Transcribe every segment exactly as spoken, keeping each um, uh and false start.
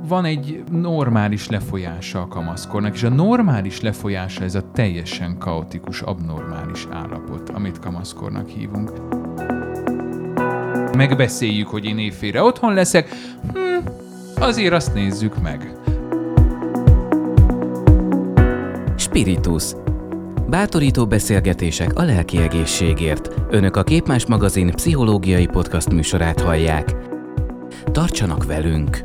van egy normális lefolyása a kamaszkornak, és a normális lefolyása ez a teljesen kaotikus, abnormális állapot, amit kamaszkornak hívunk. Megbeszéljük, hogy én évfélre otthon leszek, hm, azért azt nézzük meg. Spiritus. Bátorító beszélgetések a lelki egészségért. Önök a Képmás magazin pszichológiai podcast műsorát hallják. Tartsanak velünk!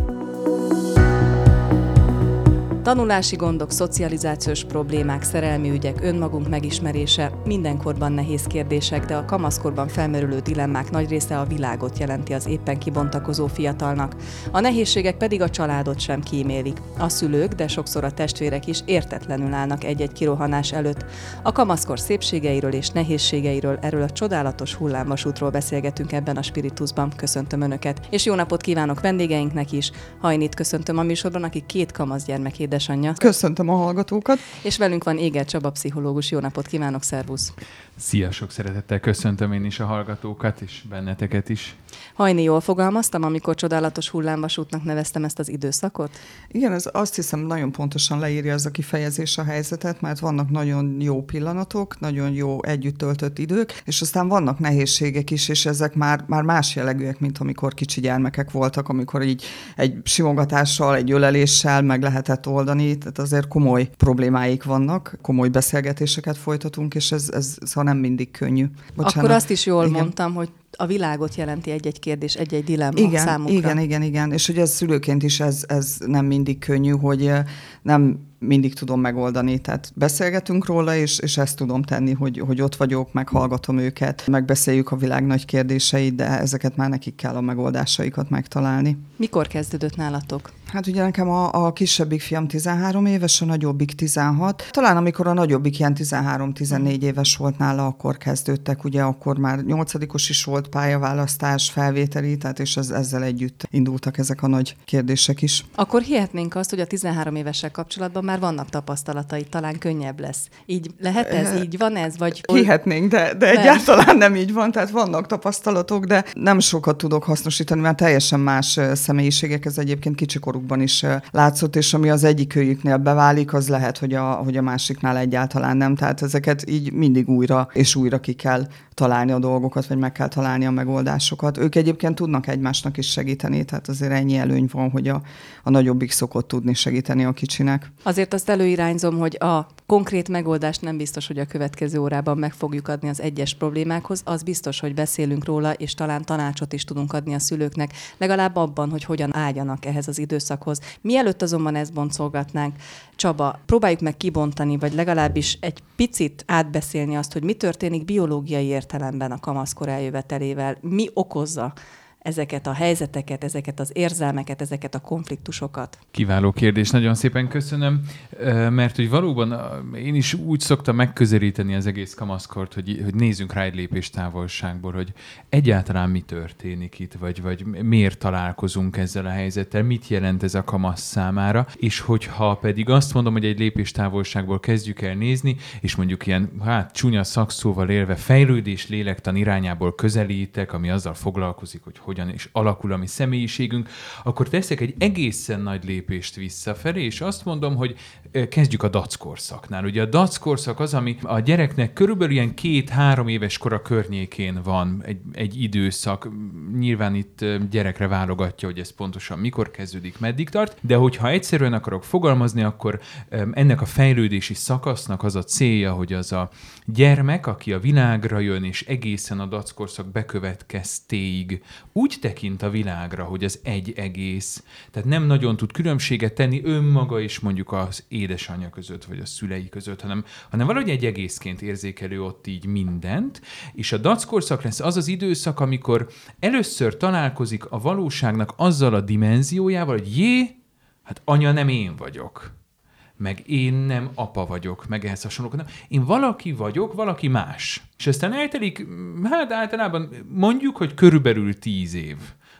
Tanulási gondok, szocializációs problémák, szerelmi ügyek, önmagunk megismerése, mindenkorban nehéz kérdések, de a kamaszkorban felmerülő dilemmák nagy része a világot jelenti az éppen kibontakozó fiatalnak. A nehézségek pedig a családot sem kímélik. A szülők, de sokszor a testvérek is értetlenül állnak egy-egy kirohanás előtt. A kamaszkor szépségeiről és nehézségeiről, erről a csodálatos hullámvasútról beszélgetünk ebben a Spiritusban. Köszöntöm Önöket, és jó napot kívánok vendégeinknek is. Hajnit köszöntöm a műsorban, aki két kamaszgyermek édesanyja. Köszöntöm a hallgatókat. És velünk van Éger Csaba pszichológus. Jó napot kívánok, szervusz! Szia, sok szeretettel köszöntöm én is a hallgatókat, és benneteket is. Hajni, jól fogalmaztam, amikor csodálatos hullámvasútnak neveztem ezt az időszakot? Igen, ez azt hiszem nagyon pontosan leírja ez a kifejezés a helyzetet, mert vannak nagyon jó pillanatok, nagyon jó együtt töltött idők, és aztán vannak nehézségek is, és ezek már, már más jellegűek, mint amikor kicsi gyermekek voltak, amikor így egy simogatással, egy öleléssel meg lehetett oldani, tehát azért komoly problémáik vannak, komoly beszélgetéseket folytatunk, és ez, ez szóval nem mindig könnyű. Bocsánat. Akkor azt is jól Igen. mondtam, hogy a világot jelenti egy-egy kérdés, egy-egy dilemma igen, számukra. Igen, igen, igen. És hogy ez szülőként is ez, ez nem mindig könnyű, hogy nem mindig tudom megoldani. Tehát beszélgetünk róla, és, és ezt tudom tenni, hogy, hogy ott vagyok, meghallgatom őket, megbeszéljük a világ nagy kérdéseit, de ezeket már nekik kell a megoldásaikat megtalálni. Mikor kezdődött nálatok? Hát ugye nekem a, a kisebbik fiam tizenhárom éves, a nagyobbik tizenhat. Talán amikor a nagyobbik ilyen tizenhárom-tizennégy éves volt nála, akkor kezdődtek, ugye akkor már nyolcadikos is volt, pályaválasztás, felvételi, tehát és ez, ezzel együtt indultak ezek a nagy kérdések is. Akkor hihetnénk azt, hogy a tizenhárom évessel kapcsolatban már vannak tapasztalatai, talán könnyebb lesz. Így lehet ez? Így van ez? Vagy... Hihetnénk, de, de egyáltalán nem így van, tehát vannak tapasztalatok, de nem sokat tudok hasznosítani, mert teljesen más személyiségek, ez egyébként kicsikorukban is látszott, és ami az egyikőjüknél beválik, az lehet, hogy a, hogy a másiknál egyáltalán nem. Tehát ezeket így mindig újra és újra ki kell találni a dolgokat, vagy meg kell találni a megoldásokat. Ők egyébként tudnak egymásnak is segíteni, tehát azért ennyi előny van, hogy a, a nagyobbik szokott tudni segíteni a kicsinek. Azért azt előirányzom, hogy a konkrét megoldást nem biztos, hogy a következő órában meg fogjuk adni az egyes problémákhoz, az biztos, hogy beszélünk róla, és talán tanácsot is tudunk adni a szülőknek, legalább abban, hogy hogyan álljanak ehhez az időszakhoz. Mielőtt azonban ezt boncolgatnánk, Csaba, próbáljuk meg kibontani, vagy legalábbis egy picit átbeszélni azt, hogy mi történik biológiai értelemben a kamaszkor eljövetelével, mi okozza ezeket a helyzeteket, ezeket az érzelmeket, ezeket a konfliktusokat? Kiváló kérdés, nagyon szépen köszönöm, mert hogy valóban én is úgy szoktam megközelíteni az egész kamaszkort, hogy, hogy nézzünk rá egy lépés távolságból, hogy egyáltalán mi történik itt, vagy, vagy miért találkozunk ezzel a helyzettel, mit jelent ez a kamasz számára, és hogyha pedig azt mondom, hogy egy lépés távolságból kezdjük el nézni, és mondjuk ilyen, hát csúnya szakszóval élve fejlődés lélektan irányából közelítek, ami azzal foglalkozik, hogy hogyan is alakul a mi személyiségünk, akkor teszek egy egészen nagy lépést visszafelé, és azt mondom, hogy kezdjük a dackorszaknál. Ugye a dackorszak az, ami a gyereknek körülbelül ilyen két-három éves kora környékén van egy, egy időszak. Nyilván itt gyerekre válogatja, hogy ez pontosan mikor kezdődik, meddig tart, de hogyha egyszerűen akarok fogalmazni, akkor ennek a fejlődési szakasznak az a célja, hogy az a gyermek, aki a világra jön, és egészen a dackorszak bekövetkeztéig úgy tekint a világra, hogy az egy egész, tehát nem nagyon tud különbséget tenni önmaga és mondjuk az édesanyja között, vagy a szülei között, hanem, hanem valahogy egy egészként érzékelő ott így mindent, és a dackorszak lesz az az időszak, amikor először találkozik a valóságnak azzal a dimenziójával, hogy jé, hát anya nem én vagyok, meg én nem apa vagyok, meg ehhez hasonlók. Én valaki vagyok, valaki más. És aztán eltelik, hát általában mondjuk, hogy körülbelül tíz év,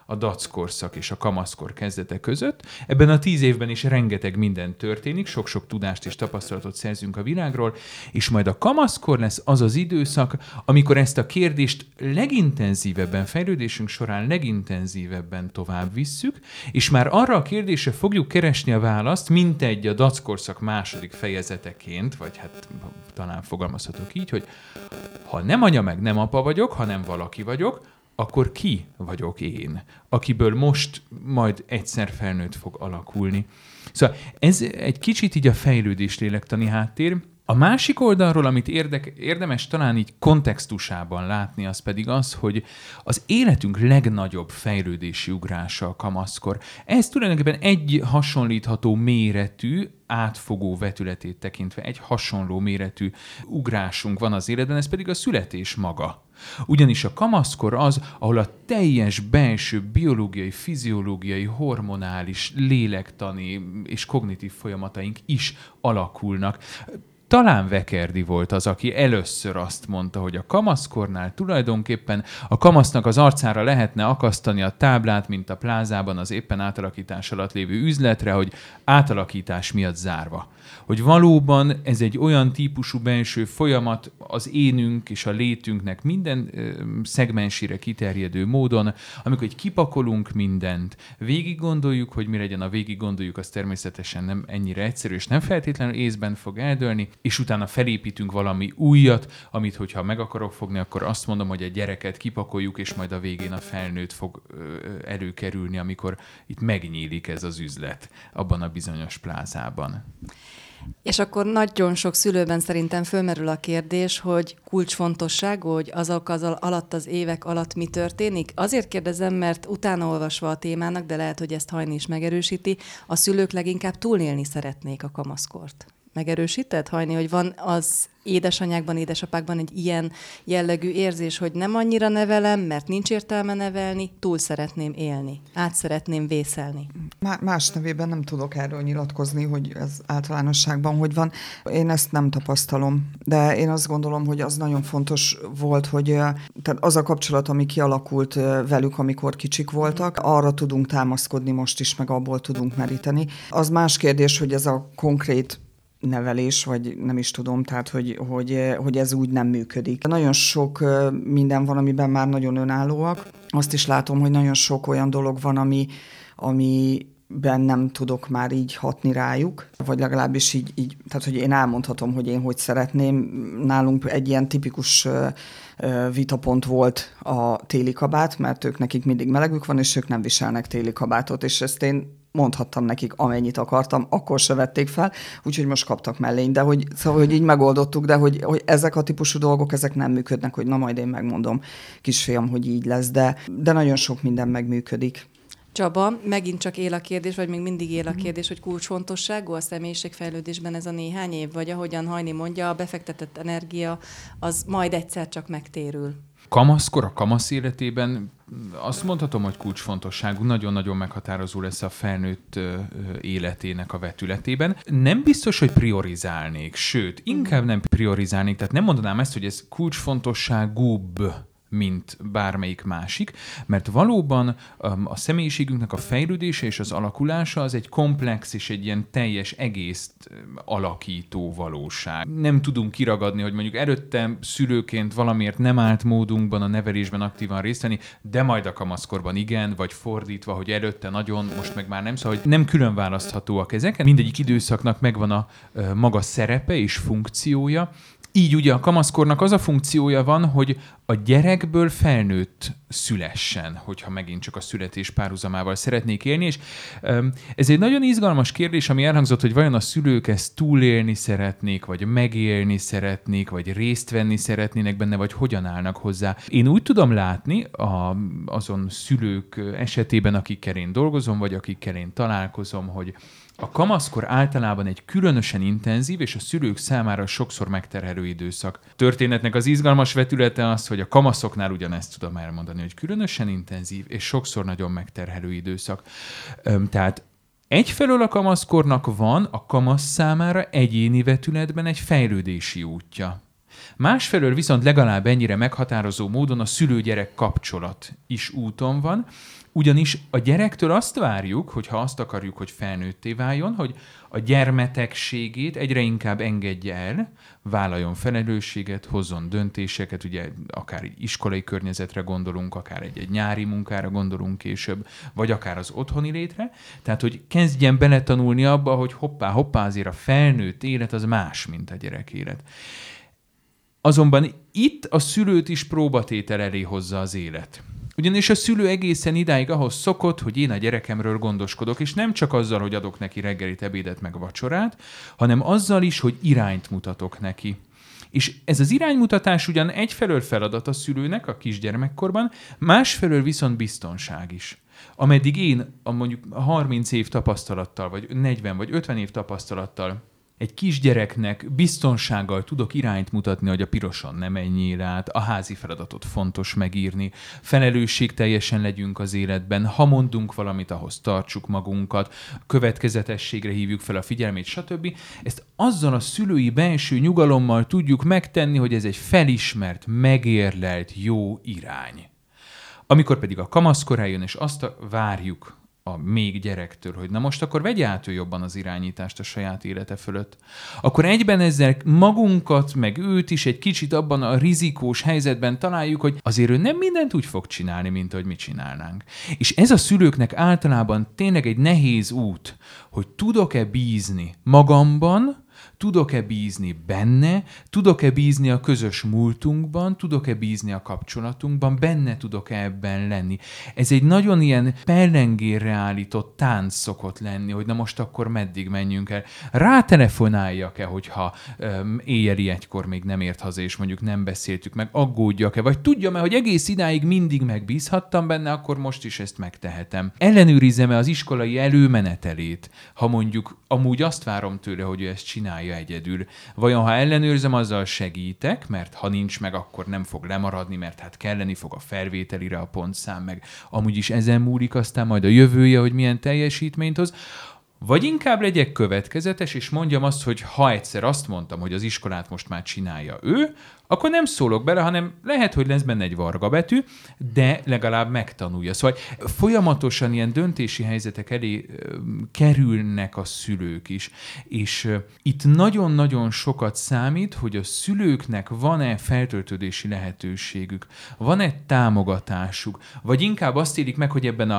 a dackorszak és a kamaszkor kezdete között. Ebben a tíz évben is rengeteg minden történik, sok-sok tudást és tapasztalatot szerzünk a világról, és majd a kamaszkor lesz az az időszak, amikor ezt a kérdést legintenzívebben, fejlődésünk során legintenzívebben tovább visszük, és már arra a kérdésre fogjuk keresni a választ, mint egy a dackorszak második fejezeteként, vagy hát talán fogalmazhatok így, hogy ha nem anya meg nem apa vagyok, hanem valaki vagyok, akkor ki vagyok én, akiből most majd egyszer felnőtt fog alakulni. Szóval ez egy kicsit így a fejlődés lélektani háttér. A másik oldalról, amit érdek, érdemes talán így kontextusában látni, az pedig az, hogy az életünk legnagyobb fejlődési ugrása a kamaszkor. Ez tulajdonképpen egy hasonlítható méretű, átfogó vetületét tekintve egy hasonló méretű ugrásunk van az életben, ez pedig a születés maga. Ugyanis a kamaszkor az, ahol a teljes belső biológiai, fiziológiai, hormonális, lélektani és kognitív folyamataink is alakulnak. Talán Vekerdi volt az, aki először azt mondta, hogy a kamaszkornál tulajdonképpen a kamasznak az arcára lehetne akasztani a táblát, mint a plázában az éppen átalakítás alatt lévő üzletre, hogy átalakítás miatt zárva. Hogy valóban ez egy olyan típusú belső folyamat az énünk és a létünknek minden ö, szegmensére kiterjedő módon, amikor egy kipakolunk mindent, végig gondoljuk, hogy mi legyen a végig gondoljuk, az természetesen nem ennyire egyszerű, és nem feltétlenül észben fog eldőlni, és utána felépítünk valami újat, amit hogyha meg akarok fogni, akkor azt mondom, hogy a gyereket kipakoljuk, és majd a végén a felnőtt fog ö, előkerülni, amikor itt megnyílik ez az üzlet abban a bizonyos plázában. És akkor nagyon sok szülőben szerintem fölmerül a kérdés, hogy kulcsfontosságú, hogy azok az alatt az évek alatt mi történik. Azért kérdezem, mert utána olvasva a témának, de lehet, hogy ezt Hajni is megerősíti, a szülők leginkább túlélni szeretnék a kamaszkort. Megerősíted, Hajni, hogy van az édesanyákban, édesapákban egy ilyen jellegű érzés, hogy nem annyira nevelem, mert nincs értelme nevelni, túl szeretném élni, át szeretném vészelni. Más nevében nem tudok erről nyilatkozni, hogy ez általánosságban hogy van. Én ezt nem tapasztalom, de én azt gondolom, hogy az nagyon fontos volt, hogy tehát az a kapcsolat, ami kialakult velük, amikor kicsik voltak, arra tudunk támaszkodni most is, meg abból tudunk meríteni. Az más kérdés, hogy ez a konkrét nevelés, vagy nem is tudom, tehát, hogy, hogy, hogy ez úgy nem működik. Nagyon sok minden van, amiben már nagyon önállóak. Azt is látom, hogy nagyon sok olyan dolog van, ami, amiben nem tudok már így hatni rájuk, vagy legalábbis így, így, tehát, hogy én elmondhatom, hogy én hogy szeretném. Nálunk egy ilyen tipikus vitapont volt a téli kabát, mert ők nekik mindig melegük van, és ők nem viselnek téli kabátot, és ezt én mondhattam nekik, amennyit akartam, akkor se vették fel, úgyhogy most kaptak mellény, de hogy, szóval, hogy így megoldottuk, de hogy, hogy ezek a típusú dolgok, ezek nem működnek, hogy na majd én megmondom, kisfiam, hogy így lesz, de, de nagyon sok minden megműködik. Csaba, megint csak él a kérdés, vagy még mindig él a kérdés, hogy kulcsfontosságú a személyiségfejlődésben ez a néhány év, vagy ahogyan Hajni mondja, a befektetett energia az majd egyszer csak megtérül. Kamaszkor, a kamasz életében azt mondhatom, hogy kulcsfontosságú, nagyon-nagyon meghatározó lesz a felnőtt életének a vetületében. Nem biztos, hogy priorizálnék, sőt, inkább nem priorizálnék, tehát nem mondanám ezt, hogy ez kulcsfontosságúbb, mint bármelyik másik, mert valóban a személyiségünknek a fejlődése és az alakulása az egy komplex és egy ilyen teljes egészt alakító valóság. Nem tudunk kiragadni, hogy mondjuk előtte szülőként valamiért nem állt módunkban a nevelésben aktívan részt venni, de majd a kamaszkorban igen, vagy fordítva, hogy előtte nagyon, most meg már nem, szóval hogy nem külön választhatóak ezek. Mindegyik időszaknak megvan a maga szerepe és funkciója. Így ugye a kamaszkornak az a funkciója van, hogy a gyerekből felnőtt szülessen, hogyha megint csak a születés párhuzamával szeretnék élni, és ez egy nagyon izgalmas kérdés, ami elhangzott, hogy vajon a szülők ezt túlélni szeretnék, vagy megélni szeretnék, vagy részt venni szeretnének benne, vagy hogyan állnak hozzá. Én úgy tudom látni a, azon szülők esetében, akikkel én dolgozom, vagy akikkel én találkozom, hogy a kamaszkor általában egy különösen intenzív és a szülők számára sokszor megterhelő időszak. Történetnek az izgalmas vetülete az, hogy a kamaszoknál ugyanezt tudom elmondani, hogy különösen intenzív és sokszor nagyon megterhelő időszak. Tehát egyfelől a kamaszkornak van a kamasz számára egyéni vetületben egy fejlődési útja. Másfelől viszont legalább ennyire meghatározó módon a szülő-gyerek kapcsolat is úton van, ugyanis a gyerektől azt várjuk, hogy ha azt akarjuk, hogy felnőtté váljon, hogy a gyermetegségét egyre inkább engedje el, vállaljon felelősséget, hozzon döntéseket, ugye akár egy iskolai környezetre gondolunk, akár egy, egy nyári munkára gondolunk később, vagy akár az otthoni létre. Tehát, hogy kezdjen beletanulni abba, hogy hoppá, hoppá, azért a felnőtt élet az más, mint a gyerek élet. Azonban itt a szülőt is próbatétel elé hozza az élet. Ugyanis a szülő egészen idáig ahhoz szokott, hogy én a gyerekemről gondoskodok, és nem csak azzal, hogy adok neki reggelit, ebédet, meg vacsorát, hanem azzal is, hogy irányt mutatok neki. És ez az iránymutatás ugyan egyfelől feladat a szülőnek a kisgyermekkorban, másfelől viszont biztonság is. Ameddig én a mondjuk harminc év tapasztalattal, vagy negyven vagy ötven év tapasztalattal egy kisgyereknek biztonsággal tudok irányt mutatni, hogy a piroson ne menjél át, a házi feladatot fontos megírni, felelősségteljesen legyünk az életben, ha mondunk valamit, ahhoz tartsuk magunkat, következetességre hívjuk fel a figyelmét, stb. Ezt azzal a szülői belső nyugalommal tudjuk megtenni, hogy ez egy felismert, megérlelt jó irány. Amikor pedig a kamaszkor eljön, és azt várjuk a még gyerektől, hogy na most akkor vegye át ő jobban az irányítást a saját élete fölött, akkor egyben ezzel magunkat, meg őt is egy kicsit abban a rizikós helyzetben találjuk, hogy azért ő nem mindent úgy fog csinálni, mint ahogy mi csinálnánk. És ez a szülőknek általában tényleg egy nehéz út, hogy tudok-e bízni magamban, tudok-e bízni benne, tudok-e bízni a közös múltunkban, tudok-e bízni a kapcsolatunkban, benne tudok-e ebben lenni. Ez egy nagyon ilyen pellengérre állított tánc szokott lenni, hogy na most akkor meddig menjünk el. Rátelefonáljak-e, hogyha um, éjjeli egykor még nem ért haza, és mondjuk nem beszéltük meg, aggódjak-e, vagy tudjam-e, hogy egész idáig mindig megbízhattam benne, akkor most is ezt megtehetem. Ellenőrizzem-e az iskolai előmenetelét, ha mondjuk amúgy azt várom tőle, hogy ő ezt csinálja egyedül. Vajon ha ellenőrzem, azzal segítek, mert ha nincs meg, akkor nem fog lemaradni, mert hát kelleni fog a felvételire a pontszám, meg amúgy is ezen múlik aztán majd a jövője, hogy milyen teljesítményt hoz. Vagy inkább legyek következetes, és mondjam azt, hogy ha egyszer azt mondtam, hogy az iskolát most már csinálja ő, akkor nem szólok bele, hanem lehet, hogy lesz benne egy varga betű, de legalább megtanulja. Szóval folyamatosan ilyen döntési helyzetek elé kerülnek a szülők is. És itt nagyon-nagyon sokat számít, hogy a szülőknek van-e feltöltődési lehetőségük, van-e támogatásuk, vagy inkább azt élik meg, hogy ebben a,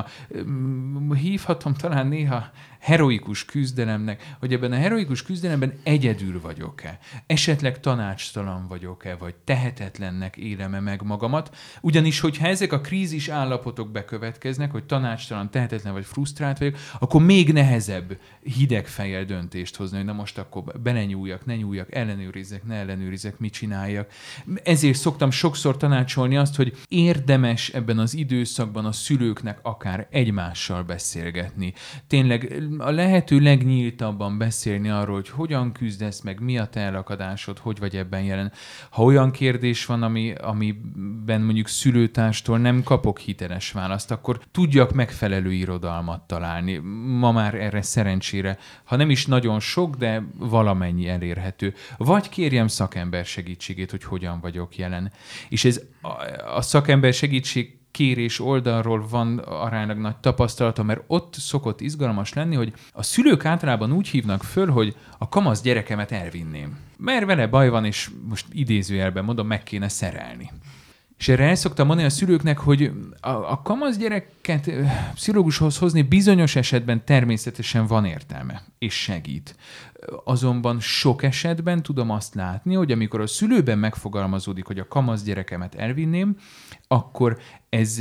hívhatom talán néha heroikus küzdelemnek, hogy ebben a heroikus küzdelemben egyedül vagyok-e, esetleg tanácstalan vagyok-e, vagy tehetetlennek élem-e meg magamat. Ugyanis, hogyha ezek a krízis állapotok bekövetkeznek, hogy tanácstalan, tehetetlen vagy frusztrált vagyok, akkor még nehezebb hideg fejjel döntést hozni, hogy na most akkor belenyúljak, ne nyúljak, ellenőrizzek, ne ellenőrizzek, mit csináljak. Ezért szoktam sokszor tanácsolni azt, hogy érdemes ebben az időszakban a szülőknek akár egymással beszélgetni. Tényleg a lehető legnyíltabban beszélni arról, hogy hogyan küzdesz meg, mi a te elakadásod, hogy vagy ebben jelen. Ha olyan kérdés van, ami, amiben mondjuk szülőtárstól nem kapok hiteles választ, akkor tudjak megfelelő irodalmat találni. Ma már erre szerencsére, ha nem is nagyon sok, de valamennyi elérhető. Vagy kérjem szakember segítségét, hogy hogyan vagyok jelen. És ez a, a szakember segítség kérés oldalról van aránylag nagy tapasztalata, mert ott szokott izgalmas lenni, hogy a szülők általában úgy hívnak föl, hogy a kamasz gyerekemet elvinném. Mert vele baj van, és most idézőjelben mondom, meg kéne szerelni. És erre el szoktam mondani a szülőknek, hogy a, a kamasz gyereket pszichológushoz hozni bizonyos esetben természetesen van értelme, és segít. Azonban sok esetben tudom azt látni, hogy amikor a szülőben megfogalmazódik, hogy a kamasz gyerekemet elvinném, akkor ez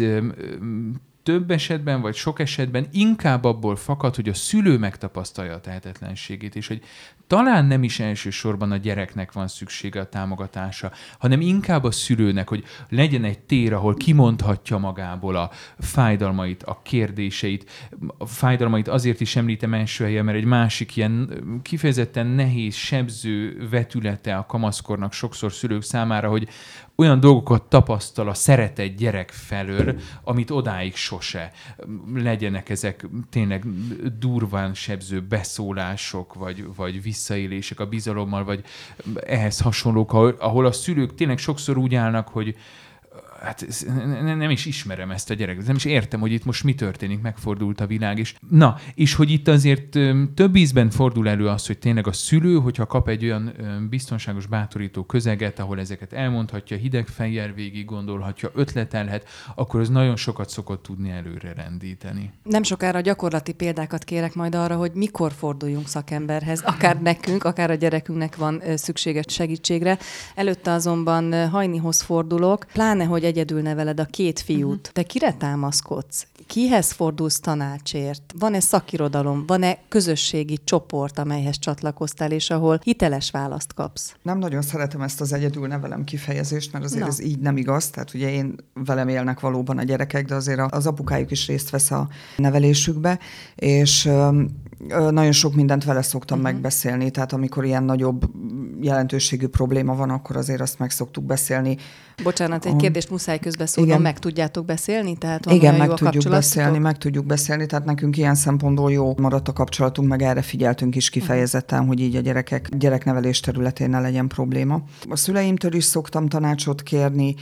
több esetben, vagy sok esetben inkább abból fakad, hogy a szülő megtapasztalja a tehetetlenségét, és hogy talán nem is elsősorban a gyereknek van szüksége a támogatása, hanem inkább a szülőnek, hogy legyen egy tér, ahol kimondhatja magából a fájdalmait, a kérdéseit. A fájdalmait azért is említem első helyen, mert egy másik ilyen kifejezetten nehéz, sebző vetülete a kamaszkornak sokszor szülők számára, hogy olyan dolgokat tapasztal a szeretett gyerek felől, amit odáig sose. Legyenek ezek tényleg durván sebző beszólások, vagy, vagy visszaélések a bizalommal, vagy ehhez hasonlók, ahol a szülők tényleg sokszor úgy állnak, hogy hát nem is ismerem ezt a gyereket, nem is értem, hogy itt most mi történik, megfordult a világ is. Na, és hogy itt azért több ízben fordul elő az, hogy tényleg a szülő, hogyha kap egy olyan biztonságos, bátorító közeget, ahol ezeket elmondhatja, hideg fejjel végig gondolhatja, ötletelhet, akkor az nagyon sokat szokott tudni előre rendíteni. Nem sokára gyakorlati példákat kérek majd arra, hogy mikor forduljunk szakemberhez, akár nekünk, akár a gyerekünknek van szükséges segítségre. Előtte azonban Hajnihoz fordulok, pláne, hogy egyedül neveled a két fiút. Uh-huh. Te kire támaszkodsz? Kihez fordulsz tanácsért? Van-e szakirodalom? Van-e közösségi csoport, amelyhez csatlakoztál, és ahol hiteles választ kapsz? Nem nagyon szeretem ezt az egyedül nevelem kifejezést, mert azért Na. ez így nem igaz. Tehát ugye én velem élnek valóban a gyerekek, de azért az apukájuk is részt vesz a nevelésükbe, és nagyon sok mindent vele szoktam uh-huh. megbeszélni, tehát amikor ilyen nagyobb jelentőségű probléma van, akkor azért azt meg szoktuk beszélni. Bocsánat, egy kérdést muszáj közbeszólnom, igen. meg tudjátok beszélni? Tehát van igen, meg jó tudjuk beszélni, meg tudjuk beszélni, tehát nekünk ilyen szempontból jó maradt a kapcsolatunk, meg erre figyeltünk is kifejezetten, uh-huh. hogy így a gyerekek gyereknevelés területén ne legyen probléma. A szüleimtől is szoktam tanácsot kérni,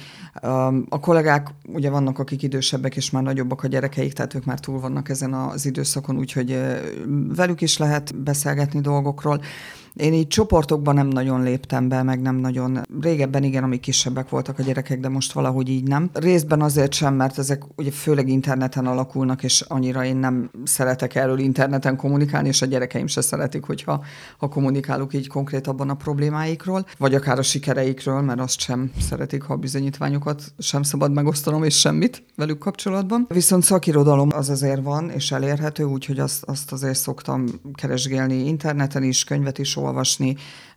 a kollégák ugye vannak, akik idősebbek és már nagyobbak a gyerekeik, tehát ők már túl vannak ezen az időszakon, úgyhogy velük is lehet beszélgetni dolgokról. Én így csoportokban nem nagyon léptem be, meg nem nagyon. Régebben igen, amik kisebbek voltak a gyerekek, de most valahogy így nem. Részben azért sem, mert ezek ugye főleg interneten alakulnak, és annyira én nem szeretek erről interneten kommunikálni, és a gyerekeim se szeretik, hogyha ha kommunikálok így konkrétabban a problémáikról, vagy akár a sikereikről, mert azt sem szeretik, ha a bizonyítványokat sem szabad megosztanom, és semmit velük kapcsolatban. Viszont szakirodalom az azért van, és elérhető, úgyhogy azt, azt azért szoktam keresgélni interneten is, könyvet is olvasni,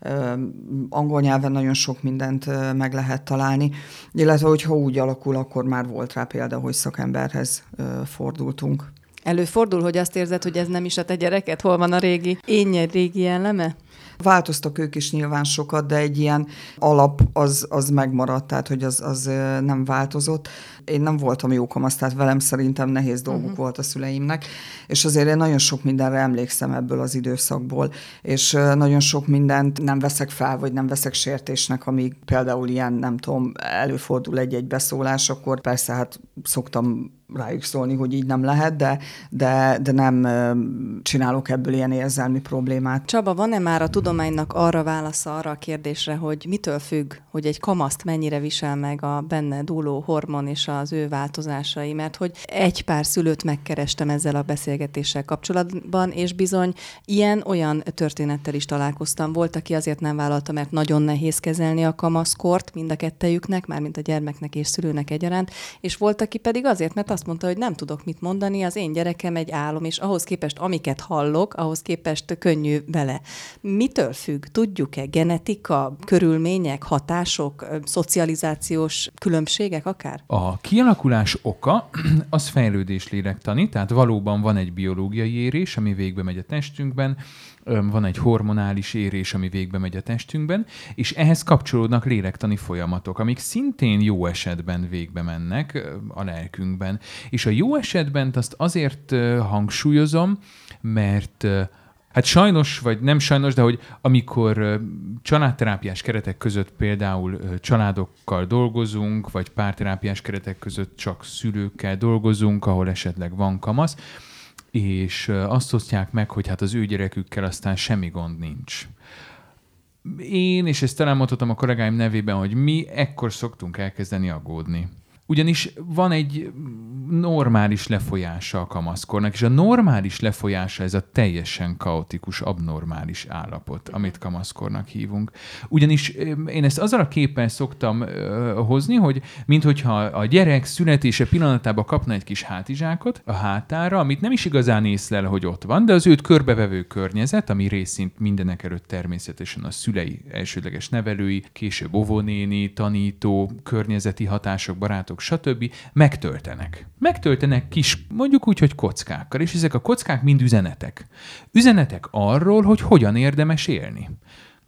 angol nyelven nagyon sok mindent meg lehet találni, illetve hogyha úgy alakul, akkor már volt rá példa, hogy szakemberhez fordultunk. Előfordul, hogy azt érzed, hogy ez nem is a te gyereket? Hol van a régi énje, régi jelleme? Változtak ők is nyilván sokat, de egy ilyen alap az, az megmaradt, tehát hogy az, az nem változott. Én nem voltam jó kamasz, tehát velem szerintem nehéz dolguk uh-huh. volt a szüleimnek, és azért én nagyon sok mindenre emlékszem ebből az időszakból, és nagyon sok mindent nem veszek fel, vagy nem veszek sértésnek, amíg például ilyen, nem tudom, előfordul egy-egy beszólás, akkor persze hát szoktam rájuk szólni, hogy így nem lehet, de, de, de nem csinálok ebből ilyen érzelmi problémát. Csaba, van-e már a tudománynak arra válasza arra a kérdésre, hogy mitől függ, hogy egy kamaszt mennyire visel meg a benne dúló hormon és az ő változásai? Mert hogy egy pár szülőt megkerestem ezzel a beszélgetéssel kapcsolatban, és bizony ilyen-olyan történettel is találkoztam. Volt, aki azért nem vállalta, mert nagyon nehéz kezelni a kamaszkort mind a kettejüknek, mármint a gyermeknek és szülőnek egyaránt, és volt, aki pedig azért, mert azt mondta, hogy nem tudok mit mondani, az én gyerekem egy álom, és ahhoz képest, amiket hallok, ahhoz képest könnyű vele. Mitől függ? Tudjuk-e? Genetika, körülmények, hatások, szocializációs különbségek akár? A kialakulás oka az fejlődés lélektani, tehát valóban van egy biológiai érés, ami végbe megy a testünkben, van egy hormonális érés, ami végbe megy a testünkben, és ehhez kapcsolódnak lélektani folyamatok, amik szintén jó esetben végbe mennek a lelkünkben. És a jó esetben azt azért hangsúlyozom, mert hát sajnos, vagy nem sajnos, de hogy amikor családterápiás keretek között például családokkal dolgozunk, vagy párterápiás keretek között csak szülőkkel dolgozunk, ahol esetleg van kamasz, és azt osztják meg, hogy hát az ő gyerekükkel aztán semmi gond nincs. Én, és ezt talán mondhatom a kollégáim nevében, hogy mi ekkor szoktunk elkezdeni aggódni. Ugyanis van egy normális lefolyása a kamaszkornak, és a normális lefolyása ez a teljesen kaotikus, abnormális állapot, amit kamaszkornak hívunk. Ugyanis én ezt azzal a képpel szoktam uh, hozni, hogy minthogyha a gyerek születése pillanatában kapna egy kis hátizsákot a hátára, amit nem is igazán észlel, hogy ott van, de az őt körbevevő környezet, ami részint mindenek előtt természetesen a szülei, elsődleges nevelői, később óvónéni, tanító, környezeti hatások, barátok, stb. Megtöltenek. Megtöltenek kis, mondjuk úgy, hogy kockákkal, és ezek a kockák mind üzenetek. Üzenetek arról, hogy hogyan érdemes élni.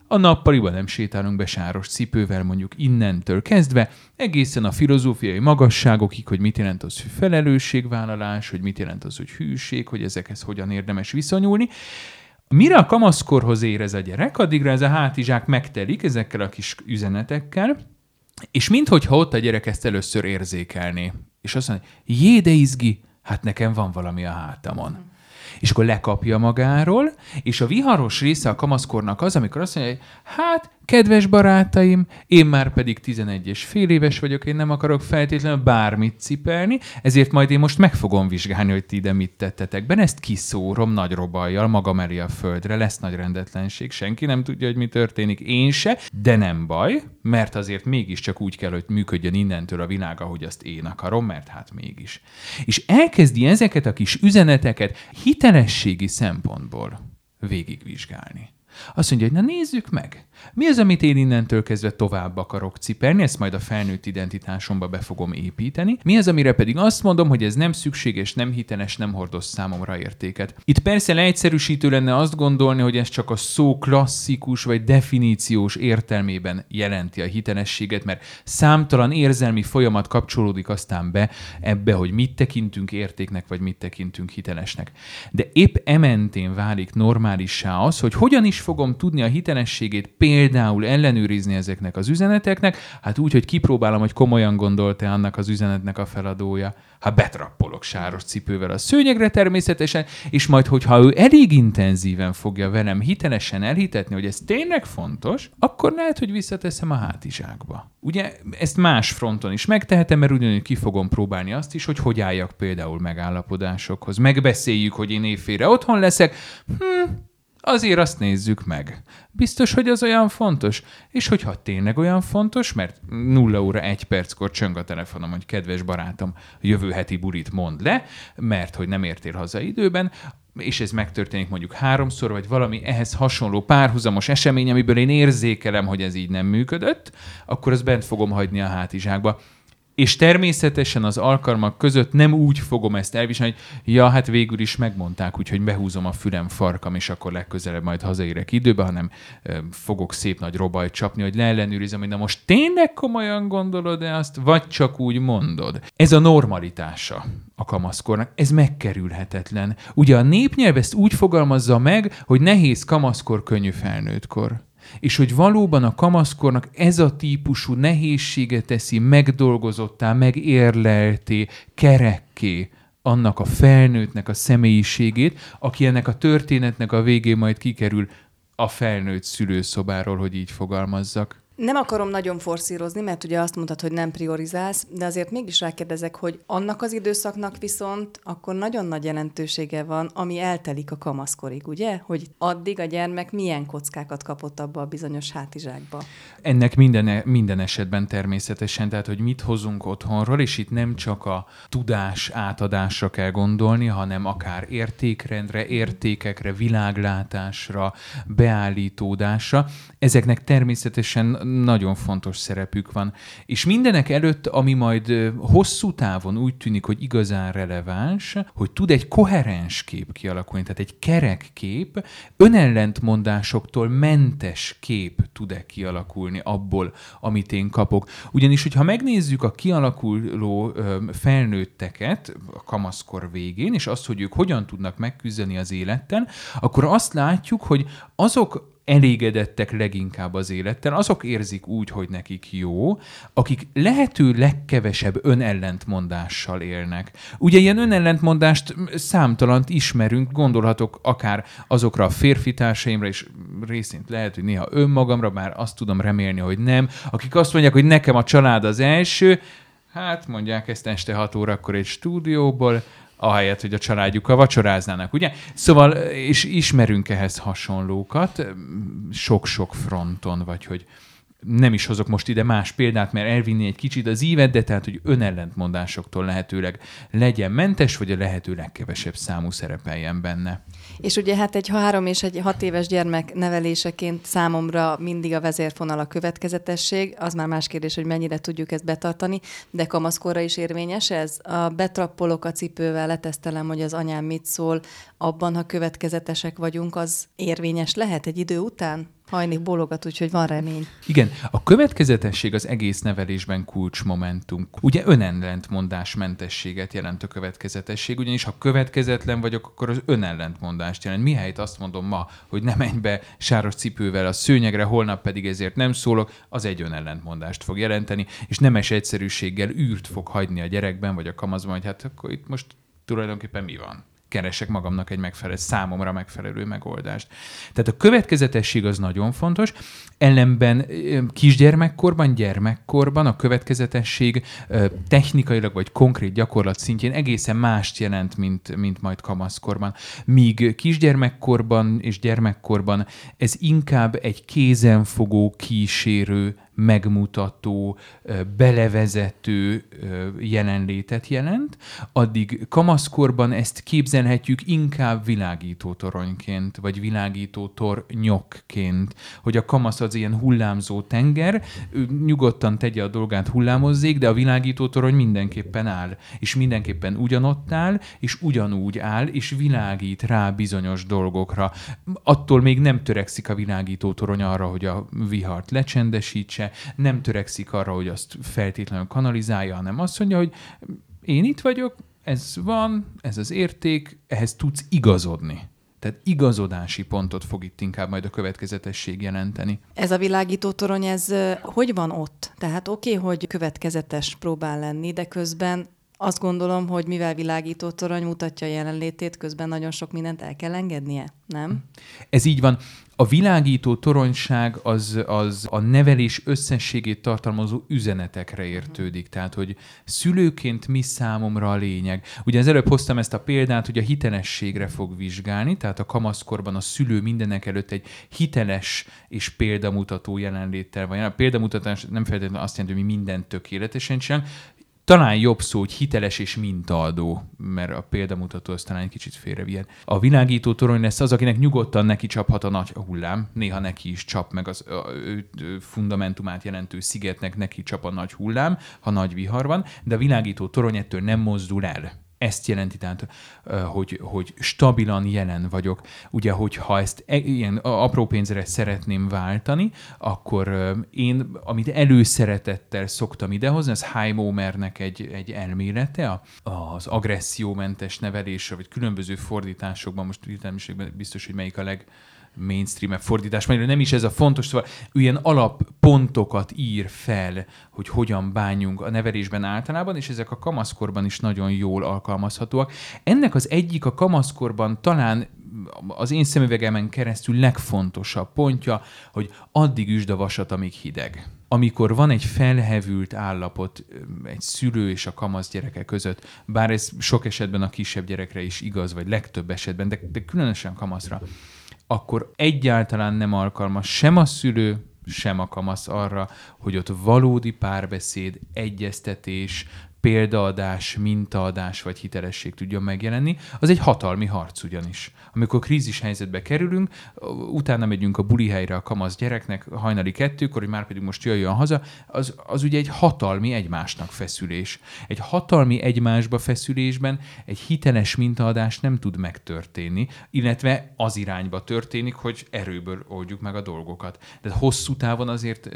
A nappaliban nem sétálunk be sáros cipővel, mondjuk innentől kezdve, egészen a filozófiai magasságokig, hogy mit jelent az, hogy felelősségvállalás, hogy mit jelent az, hogy hűség, hogy ezekhez hogyan érdemes viszonyulni. Mire a kamaszkorhoz ér ez a gyerek, addigra ez a hátizsák megtelik ezekkel a kis üzenetekkel, és minthogyha ott a gyerek ezt először érzékelné. És azt mondja, jé, de izgi, hát nekem van valami a hátamon. És akkor lekapja magáról, és a viharos része a kamaszkornak az, amikor azt mondja, hogy hát, kedves barátaim, én már pedig tizenegy és fél éves vagyok, én nem akarok feltétlenül bármit cipelni, ezért majd én most meg fogom vizsgálni, hogy ti ide mit tettetek benne, ezt kiszórom nagy robajjal magam elé a földre, lesz nagy rendetlenség, senki nem tudja, hogy mi történik, én se, de nem baj, mert azért mégiscsak úgy kell, hogy működjön innentől a világ, ahogy azt én akarom, mert hát mégis. És elkezdi ezeket a kis üzeneteket hitelességi szempontból végigvizsgálni. Azt mondja, hogy na nézzük meg. Mi az, amit én innentől kezdve tovább akarok cipelni, ezt majd a felnőtt identitásomba be fogom építeni. Mi az, amire pedig azt mondom, hogy ez nem szükséges, nem hiteles, nem hordoz számomra értéket. Itt persze leegyszerűsítő lenne azt gondolni, hogy ez csak a szó klasszikus vagy definíciós értelmében jelenti a hitelességet, mert számtalan érzelmi folyamat kapcsolódik aztán be ebbe, hogy mit tekintünk értéknek, vagy mit tekintünk hitelesnek. De épp ementén válik normálissá az, hogy hogyan is fogom tudni a hitelességét például ellenőrizni ezeknek az üzeneteknek, hát úgy, hogy kipróbálom, hogy komolyan gondolt-e annak az üzenetnek a feladója. Hát betrappolok sáros cipővel a szőnyegre természetesen, és majd, hogyha ő elég intenzíven fogja velem hitelesen elhitetni, hogy ez tényleg fontos, akkor lehet, hogy visszateszem a hátizsákba. Ugye ezt más fronton is megtehetem, mert ugyanúgy ki fogom próbálni azt is, hogy hogy álljak például megállapodásokhoz. Megbeszéljük, hogy én évfélre otthon leszek. Hm, azért azt nézzük meg. Biztos, hogy az olyan fontos? És hogyha tényleg olyan fontos, mert nulla óra egy perckor csöng a telefonom, hogy kedves barátom, jövő heti bulit mondd le, mert hogy nem értél haza időben, és ez megtörténik mondjuk háromszor, vagy valami ehhez hasonló párhuzamos esemény, amiből én érzékelem, hogy ez így nem működött, akkor azt bent fogom hagyni a hátizsákba. És természetesen az alkalmak között nem úgy fogom ezt elviselni, hogy ja, hát végül is megmondták, úgyhogy behúzom a fülem farkam, és akkor legközelebb majd hazaérek időbe, hanem ö, fogok szép nagy robajt csapni, hogy leellenőrizem, hogy na most tényleg komolyan gondolod-e azt, vagy csak úgy mondod. Ez a normalitása a kamaszkornak, ez megkerülhetetlen. Ugye a népnyelv ezt úgy fogalmazza meg, hogy nehéz kamaszkor, könnyű felnőttkor. És hogy valóban a kamaszkornak ez a típusú nehézsége teszi megdolgozottá, megérlelté, kerekké annak a felnőttnek a személyiségét, aki ennek a történetnek a végén majd kikerül a felnőtt szülőszobáról, hogy így fogalmazzak. Nem akarom nagyon forszírozni, mert ugye azt mondtad, hogy nem priorizálsz, de azért mégis rákérdezek, hogy annak az időszaknak viszont akkor nagyon nagy jelentősége van, ami eltelik a kamaszkorig, ugye? Hogy addig a gyermek milyen kockákat kapott abba a bizonyos hátizsákba. Ennek minden, minden esetben természetesen, tehát hogy mit hozunk otthonról, és itt nem csak a tudás átadásra kell gondolni, hanem akár értékrendre, értékekre, világlátásra, beállítódásra. Ezeknek természetesen nagyon fontos szerepük van. És mindenek előtt, ami majd hosszú távon úgy tűnik, hogy igazán releváns, hogy tud egy koherens kép kialakulni, tehát egy kerek kép, önellentmondásoktól mentes kép tud-e kialakulni abból, amit én kapok. Ugyanis, hogyha megnézzük a kialakuló felnőtteket a kamaszkor végén, és azt, hogy ők hogyan tudnak megküzdeni az élettel, akkor azt látjuk, hogy azok elégedettek leginkább az élettel, azok érzik úgy, hogy nekik jó, akik lehető legkevesebb önellentmondással élnek. Ugye ilyen önellentmondást számtalant ismerünk, gondolhatok akár azokra a férfi társaimra, és részint lehet, hogy néha önmagamra, bár azt tudom remélni, hogy nem, akik azt mondják, hogy nekem a család az első, hát mondják ezt este hat órakor egy stúdióból, ahelyett, hogy a családjukkal vacsoráznának, ugye? Szóval, és ismerünk ehhez hasonlókat, sok-sok fronton, vagy hogy nem is hozok most ide más példát, mert elvinni egy kicsit az ívet, de tehát, hogy önellentmondásoktól lehetőleg legyen mentes, vagy a lehető legkevesebb számú szerepeljen benne. És ugye hát egy három és egy hat éves gyermek neveléseként számomra mindig a vezérfonal a következetesség, az már más kérdés, hogy mennyire tudjuk ezt betartani, de kamaszkorra is érvényes ez? A betrappolok a cipővel, letesztelem, hogy az anyám mit szól, abban, ha következetesek vagyunk, az érvényes lehet egy idő után? Hajni bólogat, úgyhogy van remény. Igen, a következetesség az egész nevelésben kulcsmomentum. Ugye önellentmondásmentességet jelent a következetesség, ugyanis ha következetlen vagyok, akkor az önellentmondást jelent. Mihelyt azt mondom ma, hogy ne menj be sáros cipővel a szőnyegre, holnap pedig ezért nem szólok, az egy önellentmondást fog jelenteni, és nemes egyszerűséggel űrt fog hagyni a gyerekben, vagy a kamaszban, hogy hát akkor itt most tulajdonképpen mi van? Keresek magamnak egy megfelelő, számomra megfelelő megoldást. Tehát a következetesség az nagyon fontos. Ellenben kisgyermekkorban, gyermekkorban a következetesség technikailag vagy konkrét gyakorlat szintjén egészen mást jelent, mint, mint majd kamaszkorban. Míg kisgyermekkorban és gyermekkorban ez inkább egy kézenfogó, kísérő, megmutató, belevezető jelenlétet jelent, addig kamaszkorban ezt képzelhetjük inkább világító toronyként, vagy világító tornyokként, hogy a kamasz az ilyen hullámzó tenger, ő nyugodtan tegye a dolgát, hullámozzék, de a világító torony mindenképpen áll, és mindenképpen ugyanott áll, és ugyanúgy áll, és világít rá bizonyos dolgokra. Attól még nem törekszik a világító torony arra, hogy a vihart lecsendesítse, nem törekszik arra, hogy azt feltétlenül kanalizálja, hanem azt mondja, hogy én itt vagyok, ez van, ez az érték, ehhez tudsz igazodni. Tehát igazodási pontot fog itt inkább majd a következetesség jelenteni. Ez a világító torony, ez hogy van ott? Tehát oké, okay, hogy következetes próbál lenni, de közben azt gondolom, hogy mivel világító torony mutatja a jelenlétét, közben nagyon sok mindent el kell engednie, nem? Ez így van. A világító toronyság az, az a nevelés összességét tartalmazó üzenetekre értődik. Tehát, hogy szülőként mi számomra a lényeg. Ugye az előbb hoztam ezt a példát, hogy a hitelességre fog vizsgálni, tehát a kamaszkorban a szülő mindenek előtt egy hiteles és példamutató jelenléttel van. A példamutatás nem feltétlenül azt jelenti, hogy mi mindent tökéletesen csinálunk. Talán jobb szó, hogy hiteles és mintaadó, mert a példamutató az talán egy kicsit félrevihet. A világító torony lesz az, akinek nyugodtan neki csaphat a nagy hullám, néha neki is csap, meg az a, ő, fundamentumát jelentő szigetnek neki csap a nagy hullám, ha nagy vihar van, de a világító torony ettől nem mozdul el. Ezt jelenti, tehát, hogy, hogy stabilan jelen vagyok. Ugye, hogyha ezt ilyen apró pénzre szeretném váltani, akkor én, amit előszeretettel szoktam idehozni, az Heimomernek egy, egy elmélete, az agressziómentes nevelésre, vagy különböző fordításokban, most értelmiségben biztos, hogy melyik a leg mainstream fordítás, mert nem is ez a fontos, szóval ő ilyen alappontokat ír fel, hogy hogyan bánjunk a nevelésben általában, és ezek a kamaszkorban is nagyon jól alkalmazhatóak. Ennek az egyik a kamaszkorban talán az én szemüvegemen keresztül legfontosabb pontja, hogy addig üsd a vasat, amíg hideg. Amikor van egy felhevült állapot egy szülő és a kamasz gyereke között, bár ez sok esetben a kisebb gyerekre is igaz, vagy legtöbb esetben, de, de különösen kamaszra, akkor egyáltalán nem alkalmas sem a szülő, sem a kamasz arra, hogy ott valódi párbeszéd, egyeztetés, példaadás, mintaadás vagy hitelesség tudjon megjelenni. Az egy hatalmi harc ugyanis. Amikor krízis helyzetbe kerülünk, utána megyünk a buli helyre a kamasz gyereknek hajnali kettőkor, hogy már pedig most jöjjön haza, az, az ugye egy hatalmi egymásnak feszülés. Egy hatalmi egymásba feszülésben egy hiteles mintaadás nem tud megtörténni, illetve az irányba történik, hogy erőből oldjuk meg a dolgokat. De hosszú távon azért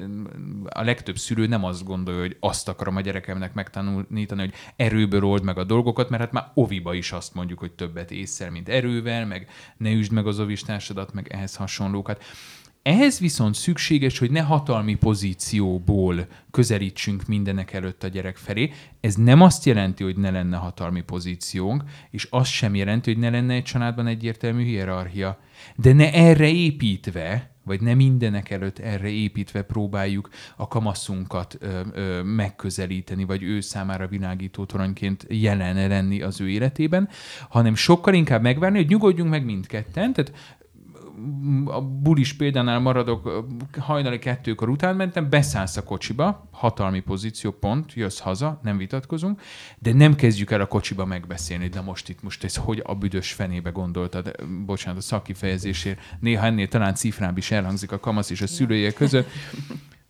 a legtöbb szülő nem azt gondolja, hogy azt akarom a gyerekemnek megtanulni, hogy erőből old meg a dolgokat, mert hát már oviba is azt mondjuk, hogy többet ésszel, mint erővel, meg ne üsd meg az ovistársadat, meg ehhez hasonlókat. Ehhez viszont szükséges, hogy ne hatalmi pozícióból közelítsünk mindenek előtt a gyerek felé. Ez nem azt jelenti, hogy ne lenne hatalmi pozíciónk, és azt sem jelenti, hogy ne lenne egy családban egyértelmű hierarchia. De ne erre építve, vagy nem mindenek előtt erre építve próbáljuk a kamaszunkat ö, ö, megközelíteni, vagy ő számára világító toronyként jelen lenni az ő életében, hanem sokkal inkább megvárni, hogy nyugodjunk meg mindketten, tehát a bulis példánál maradok, hajnali kettőkor után mentem, beszállsz a kocsiba, hatalmi pozíció, pont, jössz haza, nem vitatkozunk, de nem kezdjük el a kocsiba megbeszélni, de most itt, most ez hogy a büdös fenébe gondoltad, bocsánat a szakkifejezésért, néha ennél talán cifrább is elhangzik a kamasz és a szülője között,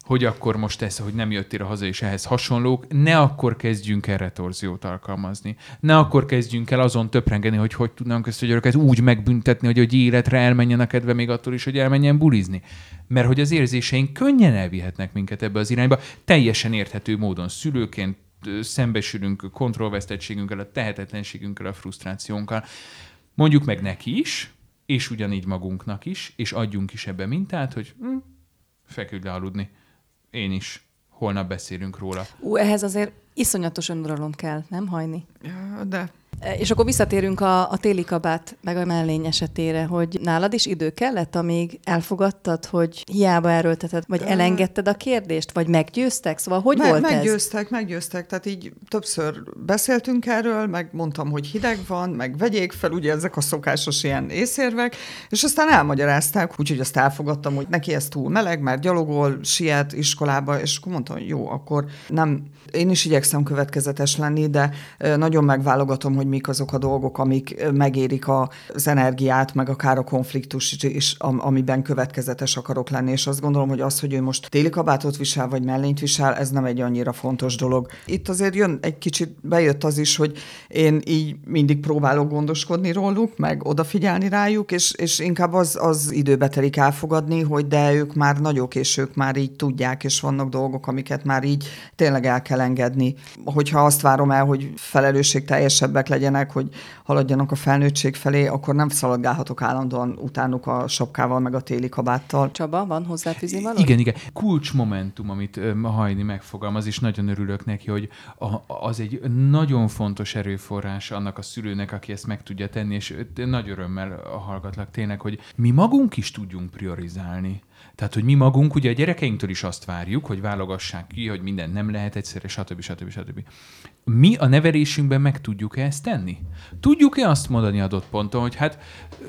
hogy akkor most ez, hogy nem jöttél haza, és ehhez hasonlók, ne akkor kezdjünk el retorziót alkalmazni. Ne akkor kezdjünk el azon töprengeni, hogy hogy tudnánk ezt a gyereket úgy megbüntetni, hogy egy életre elmenjen a kedve még attól is, hogy elmenjen bulizni. Mert hogy az érzéseink könnyen elvihetnek minket ebbe az irányba, teljesen érthető módon szülőként szembesülünk kontrollvesztettségünkkel, a tehetetlenségünkkel, a frusztrációnkkal. Mondjuk meg neki is, és ugyanígy magunknak is, és adjunk is ebbe mintát, hogy hm, feküdj le aludni. Én is. Holnap beszélünk róla. Ú, ehhez azért iszonyatos önuralom kell, nem hajni? Ja, de... És akkor visszatérünk a, a téli kabát meg a mellény esetére, hogy nálad is idő kellett, amíg elfogadtad, hogy hiába erőlteted, vagy elengedted a kérdést, vagy meggyőztek? Szóval hogy Me- volt meggyőztek, ez? Meggyőztek, meggyőztek. Tehát így többször beszéltünk erről, meg mondtam, hogy hideg van, meg vegyék fel, ugye ezek a szokásos ilyen észérvek, és aztán elmagyarázták, úgyhogy azt elfogadtam, hogy neki ez túl meleg, mert gyalogol, siet iskolába, és akkor mondtam, hogy jó, akkor nem... Én is igyekszem következetes lenni, de nagyon megválogatom, hogy mik azok a dolgok, amik megérik az energiát, meg akár a konfliktus is, amiben következetes akarok lenni, és azt gondolom, hogy az, hogy ő most téli kabátot visel, vagy mellényt visel, ez nem egy annyira fontos dolog. Itt azért jön egy kicsit, bejött az is, hogy én így mindig próbálok gondoskodni róluk, meg odafigyelni rájuk, és, és inkább az, az időbe telik elfogadni, hogy de ők már nagyok, és ők már így tudják, és vannak dolgok, amiket már így tényleg el kell engedni. Hogyha azt várom el, hogy felelősségteljesebbek legyenek, hogy haladjanak a felnőttség felé, akkor nem szaladgálhatok állandóan utánuk a sapkával, meg a téli kabáttal. Csaba, van hozzáfűzni való? Igen, igen. Kulcsmomentum, amit Hajni megfogalmaz, és nagyon örülök neki, hogy az egy nagyon fontos erőforrás annak a szülőnek, aki ezt meg tudja tenni, és nagy örömmel hallgatlak tényleg, hogy mi magunk is tudjunk priorizálni. Tehát, hogy mi magunk, ugye a gyerekeinktől is azt várjuk, hogy válogassák ki, hogy minden nem lehet egyszerre, stb. stb. stb. Mi a nevelésünkben meg tudjuk-e ezt tenni? Tudjuk-e azt mondani adott ponton, hogy hát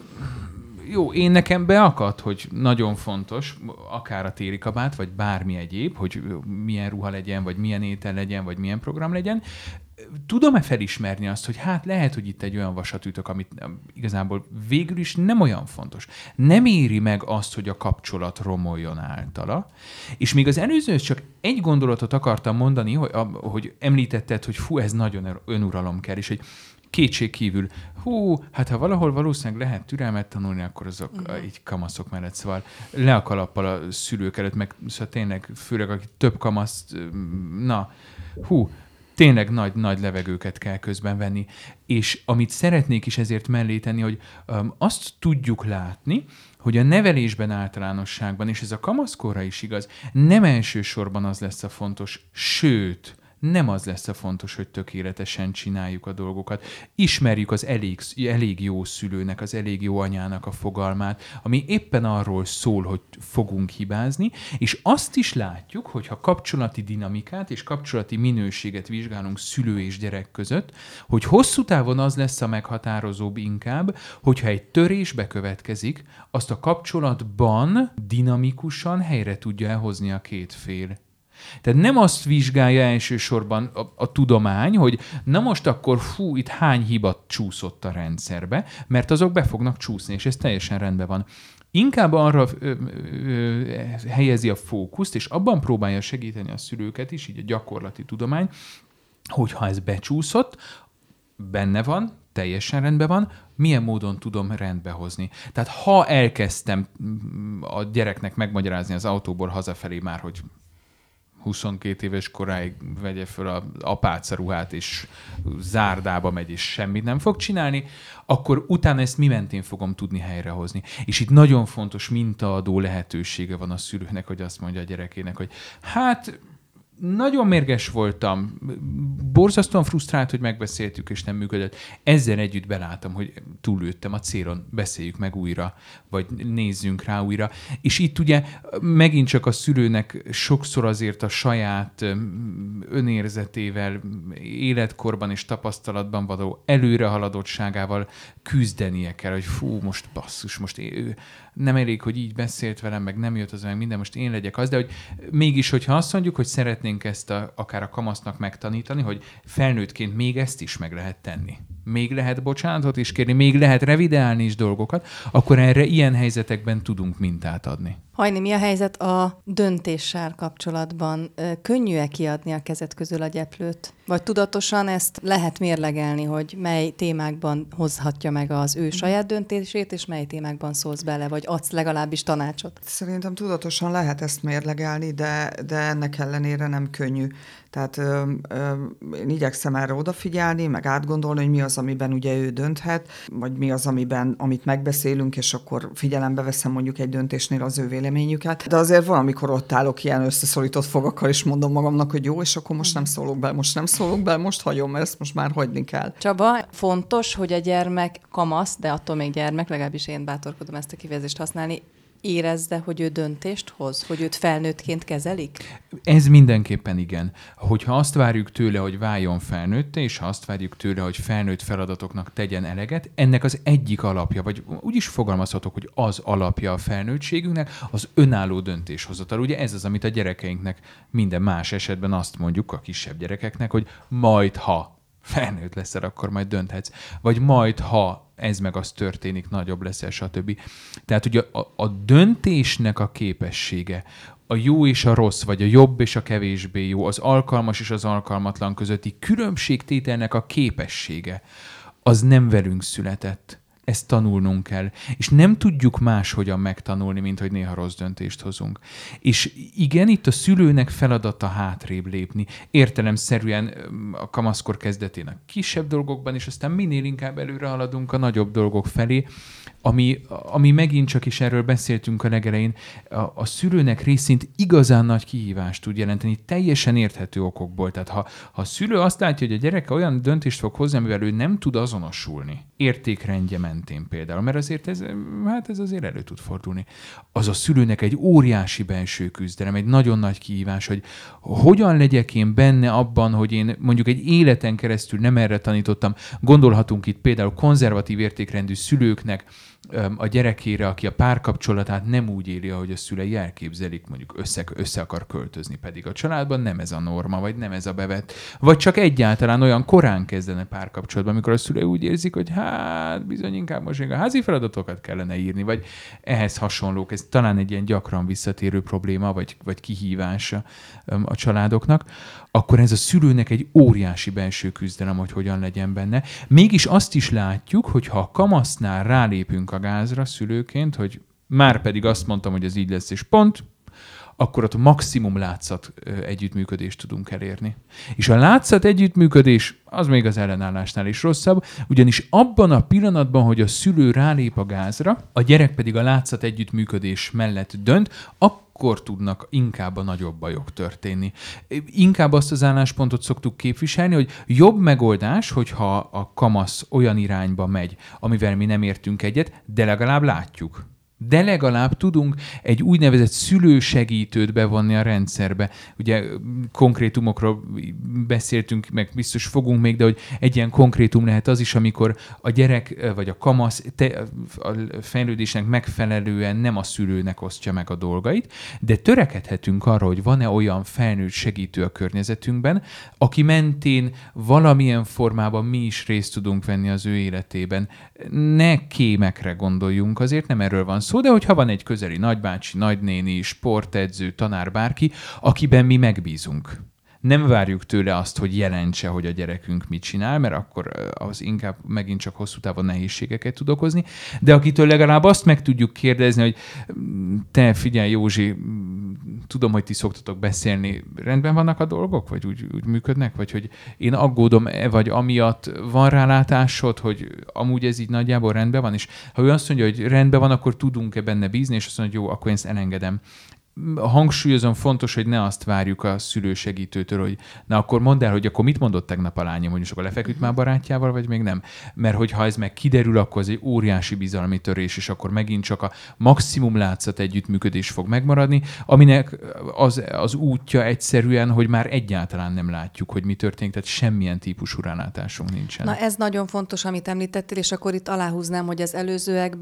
jó, én nekem beakadt, hogy nagyon fontos, akár a téli kabát, vagy bármi egyéb, hogy milyen ruha legyen, vagy milyen étel legyen, vagy milyen program legyen. Tudom-e felismerni azt, hogy hát lehet, hogy itt egy olyan vasat ütök, amit igazából végül is nem olyan fontos. Nem éri meg azt, hogy a kapcsolat romoljon általa. És még az előzőhöz csak egy gondolatot akartam mondani, hogy, hogy említetted, hogy fú, ez nagyon önuralom kell, és egy kétség kívül, hú, hát ha valahol valószínűleg lehet türelmet tanulni, akkor azok uh-huh. így kamaszok mellett, szóval le a kalappal a szülők előtt, meg szóval tényleg, főleg aki több kamaszt, na, hú, tényleg nagy, nagy levegőket kell közben venni. És amit szeretnék is ezért mellé tenni, hogy um, azt tudjuk látni, hogy a nevelésben általánosságban, és ez a kamaszkorra is igaz, nem elsősorban az lesz a fontos, sőt, nem az lesz a fontos, hogy tökéletesen csináljuk a dolgokat. Ismerjük az elég, elég jó szülőnek, az elég jó anyának a fogalmát, ami éppen arról szól, hogy fogunk hibázni, és azt is látjuk, hogy ha kapcsolati dinamikát és kapcsolati minőséget vizsgálunk szülő és gyerek között, hogy hosszú távon az lesz a meghatározóbb inkább, hogyha egy törés bekövetkezik, azt a kapcsolatban dinamikusan helyre tudja elhozni a két fél. Tehát nem azt vizsgálja elsősorban a, a tudomány, hogy na most akkor fú, itt hány hiba csúszott a rendszerbe, mert azok be fognak csúszni, és ez teljesen rendben van. Inkább arra ö, ö, helyezi a fókuszt, és abban próbálja segíteni a szülőket is, így a gyakorlati tudomány, hogy ha ez becsúszott, benne van, teljesen rendben van, milyen módon tudom rendbe hozni. Tehát ha elkezdtem a gyereknek megmagyarázni az autóból hazafelé már, hogy huszonkét éves koráig vegye föl az apáca ruhát, és zárdába megy, és semmit nem fog csinálni, akkor utána ezt mi mentén fogom tudni helyrehozni. És itt nagyon fontos mintaadó lehetősége van a szülőnek, hogy azt mondja a gyerekének, hogy hát nagyon mérges voltam, borzasztóan frusztrált, hogy megbeszéltük, és nem működött. Ezzel együtt belátom, hogy túllőttem a célon, beszéljük meg újra, vagy nézzünk rá újra. És itt ugye megint csak a szülőnek sokszor azért a saját önérzetével, életkorban és tapasztalatban való előrehaladottságával küzdenie kell, hogy fú, most basszus, most én, nem elég, hogy így beszélt velem, meg nem jött az meg minden, most én legyek az, de hogy mégis, hogyha azt mondjuk, hogy szeretnénk ezt a, akár a kamasznak megtanítani, hogy felnőttként még ezt is meg lehet tenni. Még lehet bocsánatot is kérni, még lehet revideálni is dolgokat, akkor erre ilyen helyzetekben tudunk mintát adni. Hajni, mi a helyzet a döntéssel kapcsolatban? Könnyű-e kiadni a kezed közül a gyeplőt? Vagy tudatosan ezt lehet mérlegelni, hogy mely témákban hozhatja meg az ő saját döntését, és mely témákban szólsz bele, vagy adsz legalábbis tanácsot? Szerintem tudatosan lehet ezt mérlegelni, de, de ennek ellenére nem könnyű. Tehát ö, ö, én igyekszem erre odafigyelni, meg átgondolni, hogy mi az, amiben ugye ő dönthet, vagy mi az, amiben, amit megbeszélünk, és akkor figyelembe veszem mondjuk egy döntésnél az ő véleményüket. De azért valamikor ott állok ilyen összeszorított fogakkal, és mondom magamnak, hogy jó, és akkor most nem szólok be, most nem szólok be, most hagyom, mert ezt most már hagyni kell. Csaba, fontos, hogy a gyermek kamasz, de attól még gyermek, legalábbis én bátorkodom ezt a kifejezést használni, érezze, hogy ő döntést hoz, hogy őt felnőttként kezelik? Ez mindenképpen igen. Hogyha azt várjuk tőle, hogy váljon felnőtté, és ha azt várjuk tőle, hogy felnőtt feladatoknak tegyen eleget, ennek az egyik alapja, vagy úgy is fogalmazhatok, hogy az alapja a felnőttségünknek, az önálló döntéshozatal. Ugye ez az, amit a gyerekeinknek minden más esetben azt mondjuk a kisebb gyerekeknek, hogy majd ha felnőtt leszel, akkor majd dönthetsz. Vagy majd ha ez meg az történik, nagyobb leszel, stb. Tehát ugye a, a döntésnek a képessége, a jó és a rossz, vagy a jobb és a kevésbé jó, az alkalmas és az alkalmatlan közötti különbségtételnek a képessége, az nem velünk született. Ezt tanulnunk kell. És nem tudjuk máshogyan megtanulni, mint hogy néha rossz döntést hozunk. És igen, itt a szülőnek feladata hátrébb lépni. Értelemszerűen a kamaszkor kezdetén a kisebb dolgokban, és aztán minél inkább előre haladunk a nagyobb dolgok felé, ami, ami megint csak is erről beszéltünk a legelején, a, a szülőnek részint igazán nagy kihívást tud jelenteni, teljesen érthető okokból. Tehát ha, ha a szülő azt látja, hogy a gyereke olyan döntést fog hozni, amivel ő nem tud azonosulni, értékrendje mentén például, mert azért ez, hát ez azért elő tud fordulni. Az a szülőnek egy óriási belső küzdelem, egy nagyon nagy kihívás, hogy hogyan legyek én benne abban, hogy én mondjuk egy életen keresztül nem erre tanítottam. Gondolhatunk itt például konzervatív értékrendű szülőknek a gyerekére, aki a párkapcsolatát nem úgy éli, ahogy a szülei elképzelik, mondjuk össze, össze akar költözni, pedig a családban nem ez a norma, vagy nem ez a bevett, vagy csak egyáltalán olyan korán kezdene párkapcsolatban, amikor a szülei úgy érzik, hogy hát bizony inkább most még a házi feladatokat kellene írni, vagy ehhez hasonlók. Ez talán egy ilyen gyakran visszatérő probléma, vagy, vagy kihívás a, a családoknak. Akkor ez a szülőnek egy óriási belső küzdelem, hogy hogyan legyen benne. Mégis azt is látjuk, hogy ha a kamasznál rálépünk a gázra szülőként, hogy már pedig azt mondtam, hogy ez így lesz, és pont, akkor ott maximum látszat együttműködést tudunk elérni. És a látszat együttműködés az még az ellenállásnál is rosszabb, ugyanis abban a pillanatban, hogy a szülő rálép a gázra, a gyerek pedig a látszat együttműködés mellett dönt, akkor tudnak inkább a nagyobb bajok történni. Inkább azt az álláspontot szoktuk képviselni, hogy jobb megoldás, hogyha a kamasz olyan irányba megy, amivel mi nem értünk egyet, de legalább látjuk. De legalább tudunk egy úgynevezett szülősegítőt bevonni a rendszerbe. Ugye konkrétumokról beszéltünk, meg biztos fogunk még, de hogy egy ilyen konkrétum lehet az is, amikor a gyerek vagy a kamasz te, a fejlődésnek megfelelően nem a szülőnek osztja meg a dolgait, de törekedhetünk arra, hogy van-e olyan felnőtt segítő a környezetünkben, aki mentén valamilyen formában mi is részt tudunk venni az ő életében. Ne kémekre gondoljunk, azért nem erről van szó, szó, de hogyha van egy közeli nagybácsi, nagynéni, sportedző, tanár, bárki, akiben mi megbízunk. Nem várjuk tőle azt, hogy jelentse, hogy a gyerekünk mit csinál, mert akkor az inkább megint csak hosszú távon nehézségeket tud okozni, de akitől legalább azt meg tudjuk kérdezni, hogy te figyelj Józsi, tudom, hogy ti szoktatok beszélni, rendben vannak a dolgok, vagy úgy, úgy működnek, vagy hogy én aggódom, vagy amiatt van rálátásod, hogy amúgy ez így nagyjából rendben van, és ha ő azt mondja, hogy rendben van, akkor tudunk-e benne bízni, és azt mondja, hogy jó, akkor én ezt elengedem. Hangsúlyozom, fontos, hogy ne azt várjuk a szülősegítőtől, hogy na akkor mondd el, hogy akkor mit mondott tegnap a lányom, hogy most akkor lefeküdt már barátjával, vagy még nem. Mert hogyha ez meg kiderül, akkor az egy óriási bizalmi törés, és akkor megint csak a maximum látszat együttműködés fog megmaradni, aminek az, az útja egyszerűen, hogy már egyáltalán nem látjuk, hogy mi történik, tehát semmilyen típusú rálátásunk nincsen. Na ez nagyon fontos, amit említettél, és akkor itt aláhúznám, hogy az előzőekben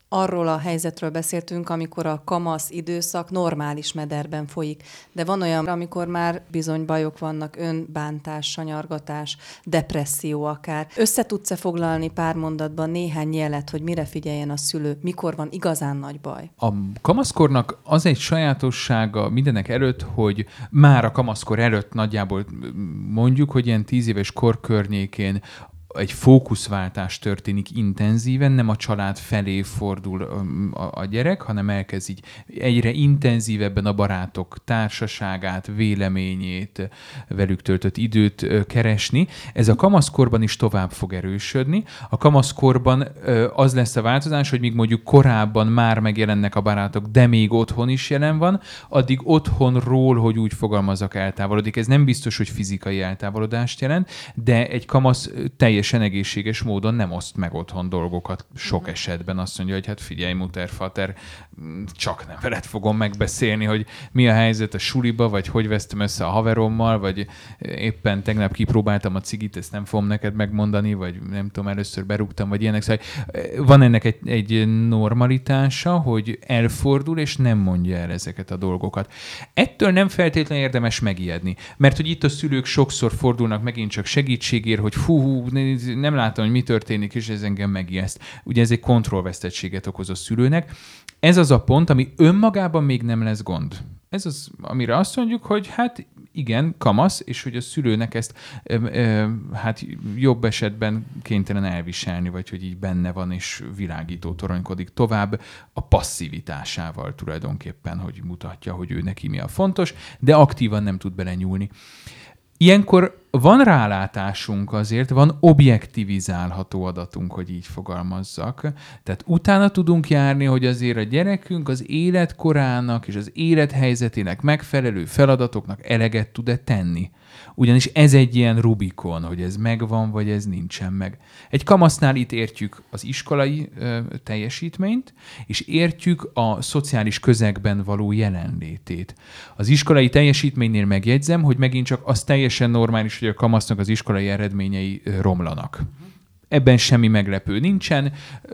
Arról a helyzetről beszéltünk, amikor a kamasz időszak normális mederben folyik. De van olyan, amikor már bizony bajok vannak, önbántás, sanyargatás, depresszió akár. Össze tudsz-e foglalni pár mondatban néhány jelet, hogy mire figyeljen a szülő, mikor van igazán nagy baj? A kamaszkornak az egy sajátossága mindenek előtt, hogy már a kamaszkor előtt nagyjából mondjuk, hogy ilyen tíz éves kor környékén egy fókuszváltás történik intenzíven, nem a család felé fordul a, a gyerek, hanem elkezd így egyre intenzívebben a barátok társaságát, véleményét, velük töltött időt keresni. Ez a kamaszkorban is tovább fog erősödni. A kamaszkorban az lesz a változás, hogy míg mondjuk korábban már megjelennek a barátok, de még otthon is jelen van, addig otthonról, hogy úgy fogalmazok, eltávolodik. Ez nem biztos, hogy fizikai eltávolodást jelent, de egy kamasz teljesen teljesen egészséges módon nem oszt meg otthon dolgokat. Sok esetben azt mondja, hogy hát figyelj, muter, fater, csak nem veled fogom megbeszélni, hogy mi a helyzet a suliba, vagy hogy vesztem össze a haverommal, vagy éppen tegnap kipróbáltam a cigit, ezt nem fogom neked megmondani, vagy nem tudom, először berúgtam, vagy ilyenek. Szóval van ennek egy, egy normalitása, hogy elfordul, és nem mondja el ezeket a dolgokat. Ettől nem feltétlenül érdemes megijedni, mert hogy itt a szülők sokszor fordulnak megint csak segítségért, hogy fú, hú, nem látom, hogy mi történik, és ez engem megijeszt. Ugye ez egy kontrollvesztettséget okoz a szülőnek. Ez az a pont, ami önmagában még nem lesz gond. Ez az, amire azt mondjuk, hogy hát igen, kamasz, és hogy a szülőnek ezt ö, ö, hát jobb esetben kénytelen elviselni, vagy hogy így benne van, és világító toronykodik tovább a passzivitásával tulajdonképpen, hogy mutatja, hogy ő neki mi a fontos, de aktívan nem tud belenyúlni. Ilyenkor van rálátásunk azért, van objektivizálható adatunk, hogy így fogalmazzak. Tehát utána tudunk járni, hogy azért a gyerekünk az életkorának és az élethelyzetének megfelelő feladatoknak eleget tud-e tenni. Ugyanis ez egy ilyen Rubikon, hogy ez megvan, vagy ez nincsen meg. Egy kamasznál itt értjük az iskolai ö, teljesítményt, és értjük a szociális közegben való jelenlétét. Az iskolai teljesítménynél megjegyzem, hogy megint csak az teljesen normális, hogy a kamasznak az iskolai eredményei ö, romlanak. Ebben semmi meglepő nincsen,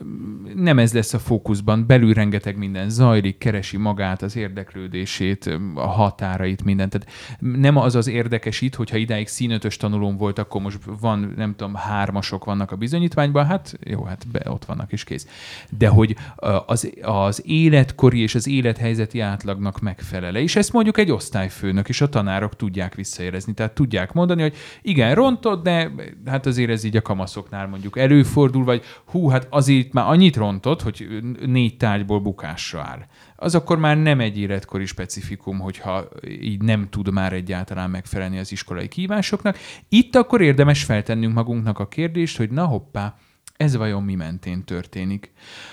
nem ez lesz a fókuszban, belül rengeteg minden zajlik, keresi magát, az érdeklődését, a határait, mindent. Tehát nem az az érdekes itt, hogyha idáig színötös tanulón volt, akkor most van, nem tudom, hármasok vannak a bizonyítványban, hát jó, hát be, ott vannak is kész. De hogy az, az életkori és az élethelyzeti átlagnak megfelele. És ezt mondjuk egy osztályfőnök és a tanárok tudják visszaérezni. Tehát tudják mondani, hogy igen, rontod, de hát azért ez így a kamaszoknál mondjuk előfordul, vagy hú, hát azért már annyit rontott, hogy négy tárgyból bukásra áll. Az akkor már nem egy életkori specifikum, hogyha így nem tud már egyáltalán megfelelni az iskolai kihívásoknak. Itt akkor érdemes feltennünk magunknak a kérdést, hogy na hoppá, ez vajon mi mentén történik.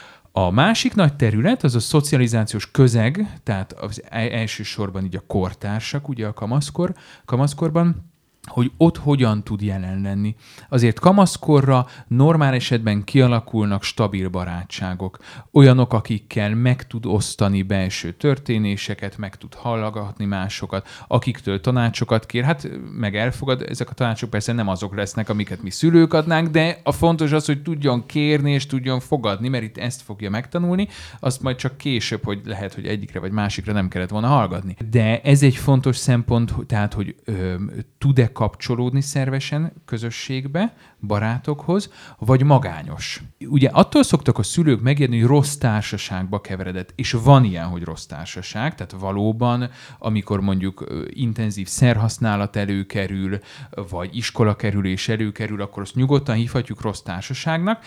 A másik nagy terület az a szocializációs közeg, tehát az elsősorban így a kortársak, ugye a kamaszkor, kamaszkorban, hogy ott hogyan tud jelen lenni. Azért kamaszkorra normál esetben kialakulnak stabil barátságok. Olyanok, akikkel meg tud osztani belső történéseket, meg tud hallgatni másokat, akiktől tanácsokat kér. Hát meg elfogad, ezek a tanácsok persze nem azok lesznek, amiket mi szülők adnánk, de a fontos az, hogy tudjon kérni és tudjon fogadni, mert itt ezt fogja megtanulni, azt majd csak később, hogy lehet, hogy egyikre vagy másikra nem kellett volna hallgatni. De ez egy fontos szempont, tehát, hogy ö, tud-e kapcsolódni szervesen közösségbe, barátokhoz, vagy magányos. Ugye attól szoktak a szülők megijedni, hogy rossz társaságba keveredett, és van ilyen, hogy rossz társaság, tehát valóban, amikor mondjuk intenzív szerhasználat előkerül, vagy iskolakerülés előkerül, akkor azt nyugodtan hívhatjuk rossz társaságnak.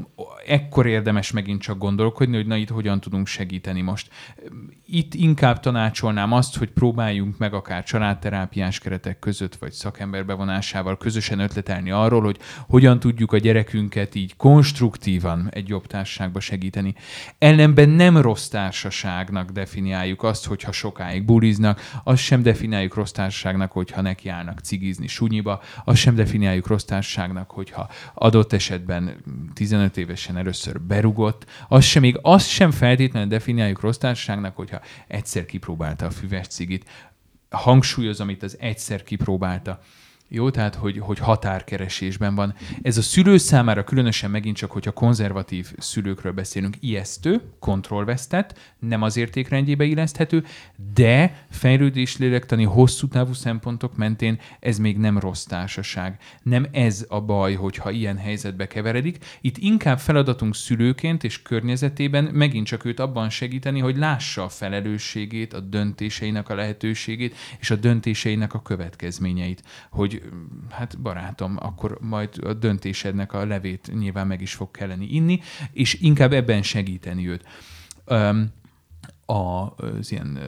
Ekkor érdemes megint csak gondolkodni, hogy na itt hogyan tudunk segíteni most. Itt inkább tanácsolnám azt, hogy próbáljunk meg akár családterápiás keretek között, vagy szakember bevonásával közösen ötletelni arról, hogy hogyan tudjuk a gyerekünket így konstruktívan egy jobb társaságba segíteni. Ellenben nem rossz társaságnak definiáljuk azt, hogyha sokáig buliznak, azt sem definiáljuk rossz társaságnak, hogyha nekiállnak cigizni sunyiba, azt sem definiáljuk rossz társaságnak, hogyha adott esetben tizenöt évesen először berugott, azt sem, még azt sem feltétlenül definiáljuk rossz társaságnak, hogyha egyszer kipróbálta a füves cigit. Hangsúlyozom itt az egyszer kipróbálta. Jó, tehát hogy, hogy határkeresésben van. Ez a szülő számára különösen megint csak, hogyha konzervatív szülőkről beszélünk, ijesztő, kontrollvesztett, nem az értékrendjébe illeszthető, de fejlődés lélektani hosszú távú szempontok mentén ez még nem rossz társaság. Nem ez a baj, hogyha ilyen helyzetbe keveredik. Itt inkább feladatunk szülőként és környezetében megint csak őt abban segíteni, hogy lássa a felelősségét, a döntéseinek a lehetőségét és a döntéseinek a következményeit. Hogy hát barátom, akkor majd a döntésednek a levét nyilván meg is fog kelleni inni, és inkább ebben segíteni őt. Az ilyen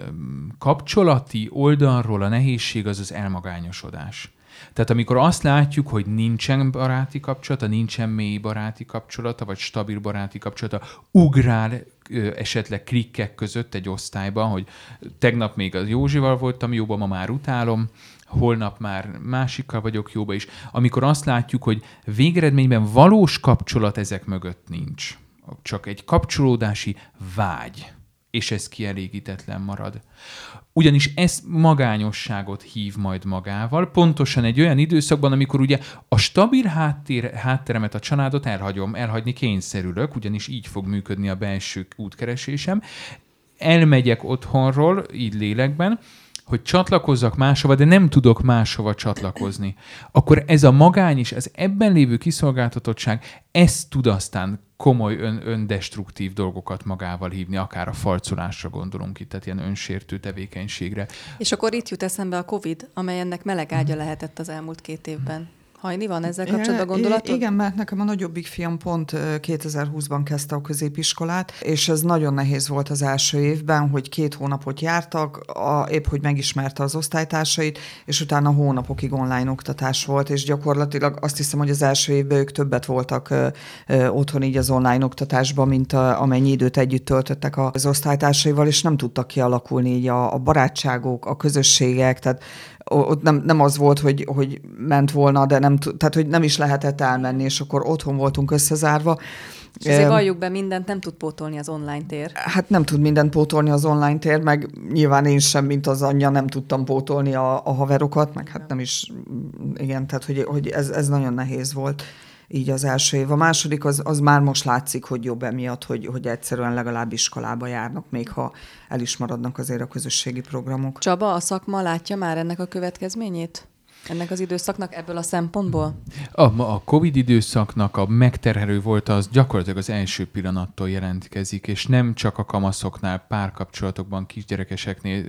kapcsolati oldalról a nehézség az az elmagányosodás. Tehát amikor azt látjuk, hogy nincsen baráti kapcsolata, nincsen mély baráti kapcsolata, vagy stabil baráti kapcsolata, ugrál esetleg klikkek között egy osztályban, hogy tegnap még az Józsival voltam jóban, ma már utálom, holnap már másikkal vagyok jóba is. Amikor azt látjuk, hogy végeredményben valós kapcsolat ezek mögött nincs, csak egy kapcsolódási vágy, és ez kielégítetlen marad. Ugyanis ez magányosságot hív majd magával, pontosan egy olyan időszakban, amikor ugye a stabil háttér, hátteremet, a családot elhagyom, elhagyni kényszerülök, ugyanis így fog működni a belső útkeresésem. Elmegyek otthonról, így lélekben, hogy csatlakozzak máshova, de nem tudok máshova csatlakozni. Akkor ez a magány is, ez ebben lévő kiszolgáltatottság, ez tud aztán komoly ön, öndestruktív dolgokat magával hívni, akár a farcolásra gondolunk itt, tehát ilyen önsértő tevékenységre. És akkor itt jut eszembe a Covid, amely ennek melegágya lehetett az elmúlt két évben. Hajni, van ezzel kapcsolatban gondolatod? Igen, mert nekem a nagyobbik fiam pont kétezer-húszban kezdte a középiskolát, és ez nagyon nehéz volt az első évben, hogy két hónapot jártak, a, épp hogy megismerte az osztálytársait, és utána hónapokig online oktatás volt, és gyakorlatilag azt hiszem, hogy az első évben ők többet voltak ö, ö, otthon így az online oktatásban, mint a, amennyi időt együtt töltöttek az osztálytársaival, és nem tudtak kialakulni így a, a barátságok, a közösségek, tehát ott nem, nem az volt, hogy, hogy ment volna, de nem, tehát, hogy nem is lehetett elmenni, és akkor otthon voltunk összezárva. És azért valljuk be, mindent nem tud pótolni az online tér. Hát nem tud mindent pótolni az online tér, meg nyilván én sem, mint az anyja, nem tudtam pótolni a, a haverokat, meg hát nem is, igen, tehát hogy, hogy ez, ez nagyon nehéz volt. Így az első év. A második az, az már most látszik, hogy jobb emiatt, hogy, hogy egyszerűen legalább iskolába járnak, még ha el is maradnak azért a közösségi programok. Csaba, a szakma látja már ennek a következményét? Ennek az időszaknak ebből a szempontból? A, a Covid időszaknak a megterhelő volt, az gyakorlatilag az első pillanattól jelentkezik, és nem csak a kamaszoknál, párkapcsolatokban, kisgyerekeseknél,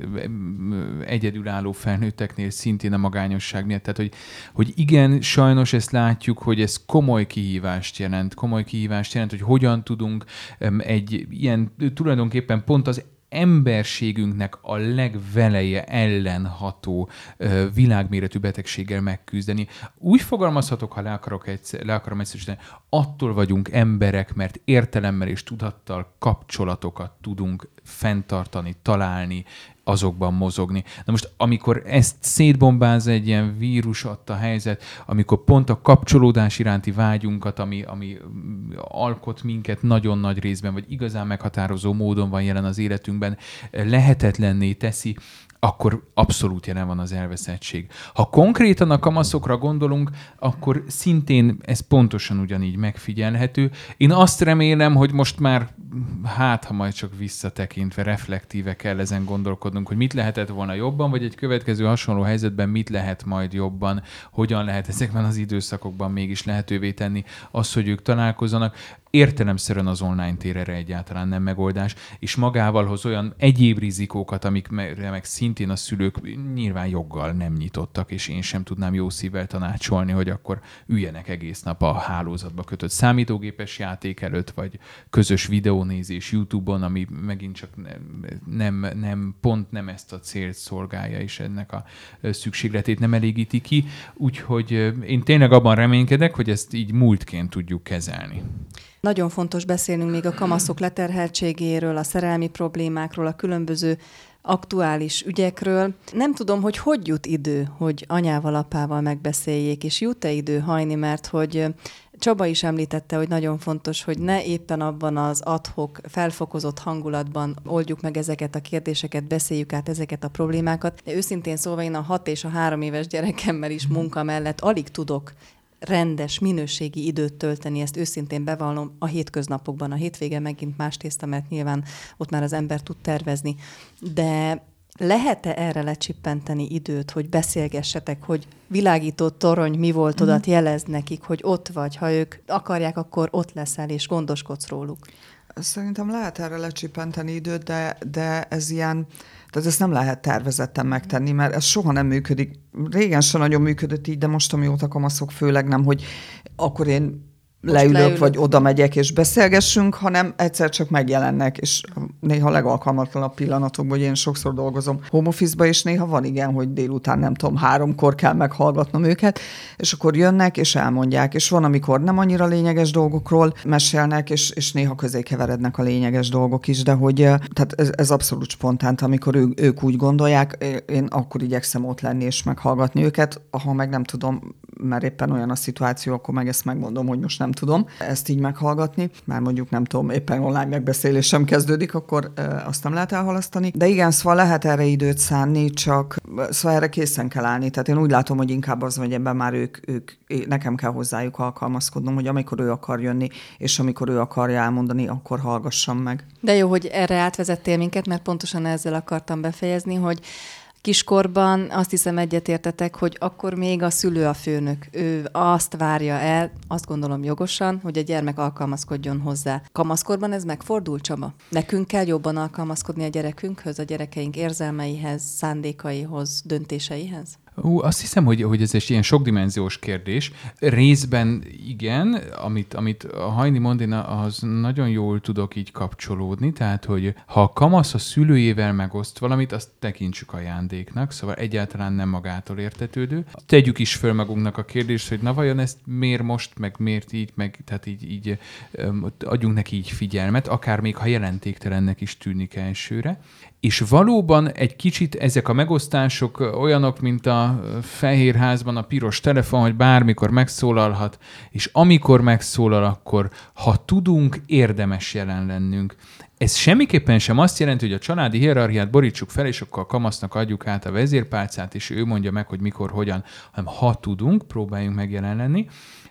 egyedülálló felnőtteknél, szintén a magányosság miatt. Tehát, hogy, hogy igen, sajnos ezt látjuk, hogy ez komoly kihívást jelent, komoly kihívást jelent, hogy hogyan tudunk egy ilyen tulajdonképpen pont az emberségünknek a legveleje ellen ható ö, világméretű betegséggel megküzdeni. Úgy fogalmazhatok, ha le, akarok egyszer, le akarom egyszerűen, attól vagyunk emberek, mert értelemmel és tudattal kapcsolatokat tudunk fenntartani, találni, azokban mozogni. Na most, amikor ezt szétbombáz egy ilyen vírus adta helyzet, amikor pont a kapcsolódás iránti vágyunkat, ami, ami alkot minket nagyon nagy részben, vagy igazán meghatározó módon van jelen az életünkben, lehetetlenné teszi, akkor abszolút jelen van az elveszettség. Ha konkrétan a kamaszokra gondolunk, akkor szintén ez pontosan ugyanígy megfigyelhető. Én azt remélem, hogy most már, hát ha majd csak visszatekintve, reflektíve kell ezen gondolkodnunk, hogy mit lehetett volna jobban, vagy egy következő hasonló helyzetben mit lehet majd jobban, hogyan lehet ezekben az időszakokban mégis lehetővé tenni azt, hogy ők találkozzanak. Értelemszerűen az online tér erre egyáltalán nem megoldás, és magával hoz olyan egyéb rizikókat, amikre meg szintén a szülők nyilván joggal nem nyitottak, és én sem tudnám jó szívvel tanácsolni, hogy akkor üljenek egész nap a hálózatba kötött számítógépes játék előtt, vagy közös videónézés YouTube-on, ami megint csak nem, nem, pont nem ezt a célt szolgálja, és ennek a szükségletét nem elégíti ki. Úgyhogy én tényleg abban reménykedek, hogy ezt így múltként tudjuk kezelni. Nagyon fontos beszélnünk még a kamaszok leterheltségéről, a szerelmi problémákról, a különböző aktuális ügyekről. Nem tudom, hogy hogy jut idő, hogy anyával, apával megbeszéljék, és jut-e idő hajni, mert hogy Csaba is említette, hogy nagyon fontos, hogy ne éppen abban az ad-hoc, felfokozott hangulatban oldjuk meg ezeket a kérdéseket, beszéljük át ezeket a problémákat. De őszintén szólva én a hat és a három éves gyerekemmel is munka mellett alig tudok rendes, minőségi időt tölteni, ezt őszintén bevallom a hétköznapokban. A hétvége megint más tészta, mert nyilván ott már az ember tud tervezni. De lehet-e erre lecsippenteni időt, hogy beszélgessetek, hogy világító torony mi volt, odat jelezd nekik, hogy ott vagy, ha ők akarják, akkor ott leszel, és gondoskodsz róluk? Szerintem lehet erre lecsippenteni időt, de, de ez ilyen, tehát ezt nem lehet tervezetten megtenni, mert ez soha nem működik. Régen sem nagyon működött így, de most, amióta kamaszok, főleg nem, hogy akkor én leülök, leülök, vagy oda megyek, és beszélgessünk, hanem egyszer csak megjelennek, és néha legalkalmatlanabb pillanatokban, hogy én sokszor dolgozom home office-ba, és néha van igen, hogy délután nem tudom, háromkor kell meghallgatnom őket, és akkor jönnek, és elmondják, és van, amikor nem annyira lényeges dolgokról mesélnek, és, és néha közé keverednek a lényeges dolgok is, de hogy tehát ez, ez abszolút spontán, amikor ő, ők úgy gondolják, én akkor igyekszem ott lenni, és meghallgatni őket, ha meg nem tudom, mert éppen olyan a szituáció, akkor meg ezt megmondom, hogy most nem tudom ezt így meghallgatni, már mondjuk nem tudom, éppen online megbeszélés sem kezdődik, akkor e, azt nem lehet elhalasztani. De igen, szóval lehet erre időt szánni, csak szóval erre készen kell állni. Tehát én úgy látom, hogy inkább az, hogy ebben már ők, ők, nekem kell hozzájuk alkalmazkodnom, hogy amikor ő akar jönni, és amikor ő akarja elmondani, akkor hallgassam meg. De jó, hogy erre átvezettél minket, mert pontosan ezzel akartam befejezni, hogy kiskorban azt hiszem egyetértetek, hogy akkor még a szülő a főnök. Ő azt várja el, azt gondolom jogosan, hogy a gyermek alkalmazkodjon hozzá. Kamaszkorban ez megfordul, Csaba? Nekünk kell jobban alkalmazkodni a gyerekünkhöz, a gyerekeink érzelmeihez, szándékaihoz, döntéseihez? Ú, azt hiszem, hogy, hogy ez egy ilyen sokdimenziós kérdés. Részben igen, amit, amit a Hajni mond, én az nagyon jól tudok így kapcsolódni, tehát, hogy ha a kamasz a szülőjével megoszt valamit, azt tekintsük ajándéknak, szóval egyáltalán nem magától értetődő. Tegyük is föl magunknak a kérdést, hogy na vajon ezt miért most, meg miért így, meg tehát így, így adjunk neki így figyelmet, akár még ha jelentéktelennek is tűnik elsőre. És valóban egy kicsit ezek a megosztások olyanok, mint a Fehérházban a piros telefon, hogy bármikor megszólalhat, és amikor megszólal, akkor ha tudunk, érdemes jelen lennünk. Ez semmiképpen sem azt jelenti, hogy a családi hierarchiát borítsuk fel, és akkor a kamasznak adjuk át a vezérpálcát, és ő mondja meg, hogy mikor, hogyan, hanem ha tudunk, próbáljunk meg jelen lenni.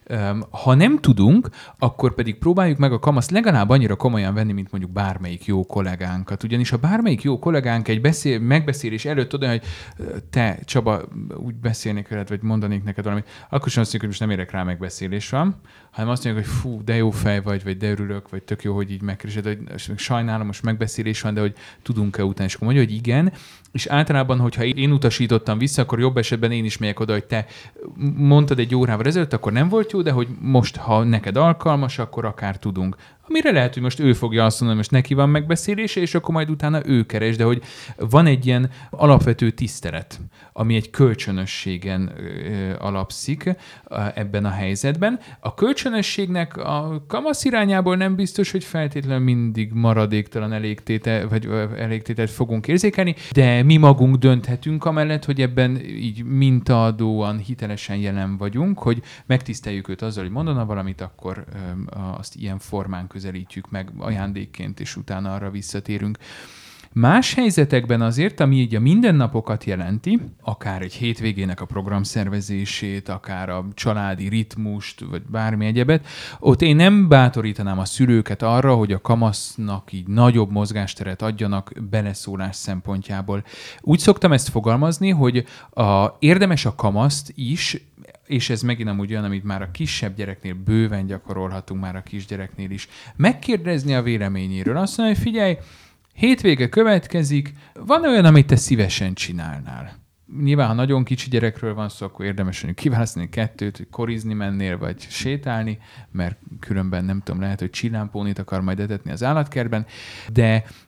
Ha nem tudunk, akkor pedig próbáljuk meg a kamaszt legalább annyira komolyan venni, mint mondjuk bármelyik jó kollégánkat. Ugyanis ha bármelyik jó kollégánk egy beszél, megbeszélés előtt oda, hogy te, Csaba, úgy beszélnék veled, vagy mondanék neked valamit, akkor sem azt mondjuk, hogy most nem érek rá, megbeszélés van, hanem azt mondjuk, hogy fú, de jó fej vagy, vagy de örülök, vagy tök jó, hogy így megkeresed, hogy sajnálom, most megbeszélés van, de hogy tudunk-e utána. És akkor mondja, hogy igen, és általában, hogyha én utasítottam vissza, akkor jobb esetben én is megyek oda, hogy te mondtad egy órával ezelőtt, akkor nem volt jó, de hogy most, ha neked alkalmas, akkor akár tudunk. Amire lehet, hogy most ő fogja azt mondani, hogy most neki van megbeszélése, és akkor majd utána ő keres, de hogy van egy ilyen alapvető tisztelet, ami egy kölcsönösségen ö, alapszik ö, ebben a helyzetben. A kölcsönösségnek a kamasz irányából nem biztos, hogy feltétlenül mindig maradéktalan elégtétel, vagy ö, elégtételt fogunk érzékelni, de mi magunk dönthetünk amellett, hogy ebben így mintaadóan, hitelesen jelen vagyunk, hogy megtiszteljük őt azzal, hogy mondana valamit, akkor ö, azt ilyen formán közelítjük meg ajándékként, és utána arra visszatérünk. Más helyzetekben azért, ami így a mindennapokat jelenti, akár egy hétvégének a programszervezését, akár a családi ritmust, vagy bármi egyebet, ott én nem bátorítanám a szülőket arra, hogy a kamasznak így nagyobb mozgásteret adjanak beleszólás szempontjából. Úgy szoktam ezt fogalmazni, hogy a, érdemes a kamaszt is, és ez megint amúgy olyan, amit már a kisebb gyereknél bőven gyakorolhatunk, már a kisgyereknél is, megkérdezni a véleményéről. Azt mondja, hogy figyelj, hétvége következik, van olyan, amit te szívesen csinálnál? Nyilván, ha nagyon kicsi gyerekről van szó, akkor érdemes mondjuk kiválasztani kettőt, hogy korizni mennél, vagy sétálni, mert különben nem tudom, lehet, hogy csillámpónit akar majd etetni az állatkertben, de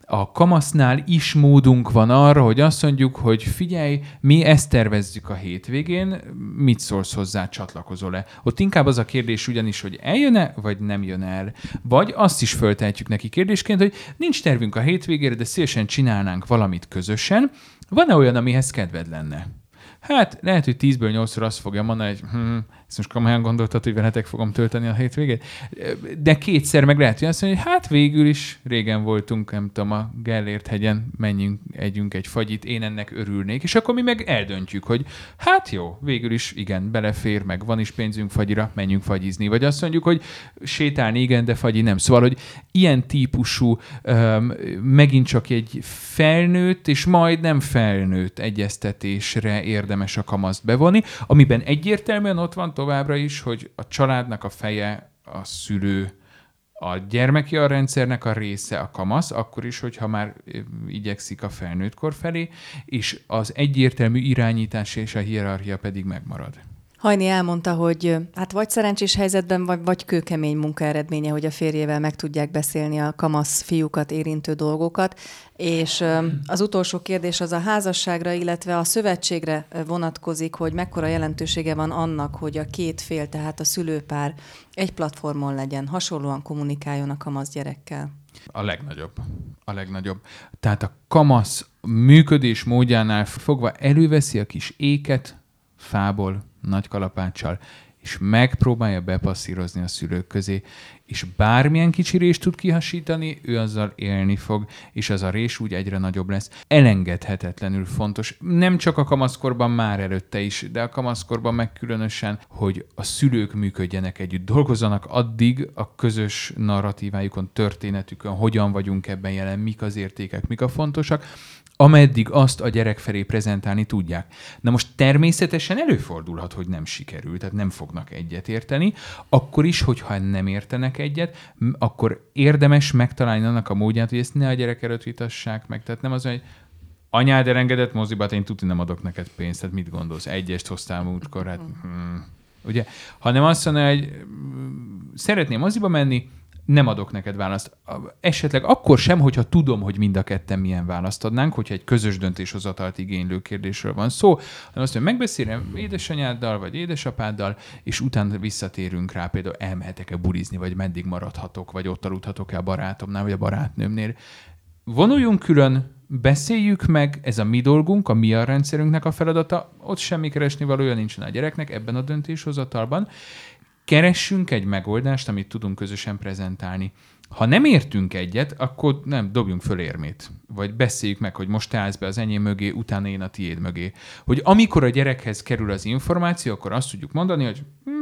A kamasznál is módunk van arra, hogy azt mondjuk, hogy figyelj, mi ezt tervezzük a hétvégén, mit szólsz hozzá, csatlakozol-e? Ott inkább az a kérdés ugyanis, hogy eljön-e, vagy nem jön el. Vagy azt is föltehetjük neki kérdésként, hogy nincs tervünk a hétvégére, de szívesen csinálnánk valamit közösen. Van-e olyan, amihez kedved lenne? Hát lehet, hogy tízből nyolcszor azt fogja mondani, hogy hm, ezt most komolyan gondoltad, hogy veletek fogom tölteni a hétvégét. De kétszer meg lehet, hogy azt mondja, hogy hát végül is régen voltunk, nem tudom, a Gellért hegyen, menjünk, együnk egy fagyit, én ennek örülnék. És akkor mi meg eldöntjük, hogy hát jó, végül is igen, belefér, meg van is pénzünk fagyira, menjünk fagyizni. Vagy azt mondjuk, hogy sétálni igen, de fagyi nem. Szóval, hogy ilyen típusú, um, megint csak egy felnőtt és majd nem felnőtt egyeztetésre érdemes a kamaszt bevonni, amiben egyértelműen ott van továbbra is, hogy a családnak a feje a szülő, a gyermeki a rendszernek a része a kamasz, akkor is, hogyha már igyekszik a felnőttkor felé, és az egyértelmű irányítás és a hierarchia pedig megmarad. Hajni elmondta, hogy hát vagy szerencsés helyzetben, vagy, vagy kőkemény munka eredménye, hogy a férjével meg tudják beszélni a kamasz fiúkat érintő dolgokat, és az utolsó kérdés az a házasságra, illetve a szövetségre vonatkozik, hogy mekkora jelentősége van annak, hogy a két fél, tehát a szülőpár egy platformon legyen, hasonlóan kommunikáljon a kamasz gyerekkel. A legnagyobb. A legnagyobb. Tehát a kamasz működés módjánál fogva előveszi a kis éket fából, nagy kalapáccsal, és megpróbálja bepasszírozni a szülők közé, és bármilyen kicsi rést tud kihasítani, ő azzal élni fog, és az a rés úgy egyre nagyobb lesz. Elengedhetetlenül fontos, nem csak a kamaszkorban, már előtte is, de a kamaszkorban meg különösen, hogy a szülők működjenek együtt, dolgozzanak addig a közös narratívájukon, történetükön, hogyan vagyunk ebben jelen, mik az értékek, mik a fontosak, ameddig azt a gyerek felé prezentálni tudják. Na most természetesen előfordulhat, hogy nem sikerül, tehát nem fognak egyet érteni, akkor is, hogyha nem értenek egyet, akkor érdemes megtalálni annak a módját, hogy ezt ne a gyerek előtt vitassák meg. Tehát nem az, hogy anyád elengedett moziba, én tuti nem adok neked pénzt, tehát mit gondolsz? Egyest hoztál múltkor, hát hmm, ugye? Hanem azt mondja, hogy szeretném moziba menni, nem adok neked választ. Esetleg akkor sem, hogyha tudom, hogy mind a ketten milyen választ adnánk, hogyha egy közös döntéshozatalt igénylő kérdésről van szó, hanem azt mondja, megbeszélem édesanyáddal, vagy édesapáddal, és utána visszatérünk rá, például elmehetek-e bulizni, vagy meddig maradhatok, vagy ott aludhatok-e a barátomnál, vagy a barátnőmnél. Vonuljunk külön, beszéljük meg, ez a mi dolgunk, a mi a rendszerünknek a feladata, ott semmi keresni valója nincsen a gyereknek ebben a döntéshozatalban. Keressünk egy megoldást, amit tudunk közösen prezentálni. Ha nem értünk egyet, akkor nem, dobjunk föl érmét. Vagy beszéljük meg, hogy most te állsz be az enyém mögé, utána én a tiéd mögé. Hogy amikor a gyerekhez kerül az információ, akkor azt tudjuk mondani, hogy hm,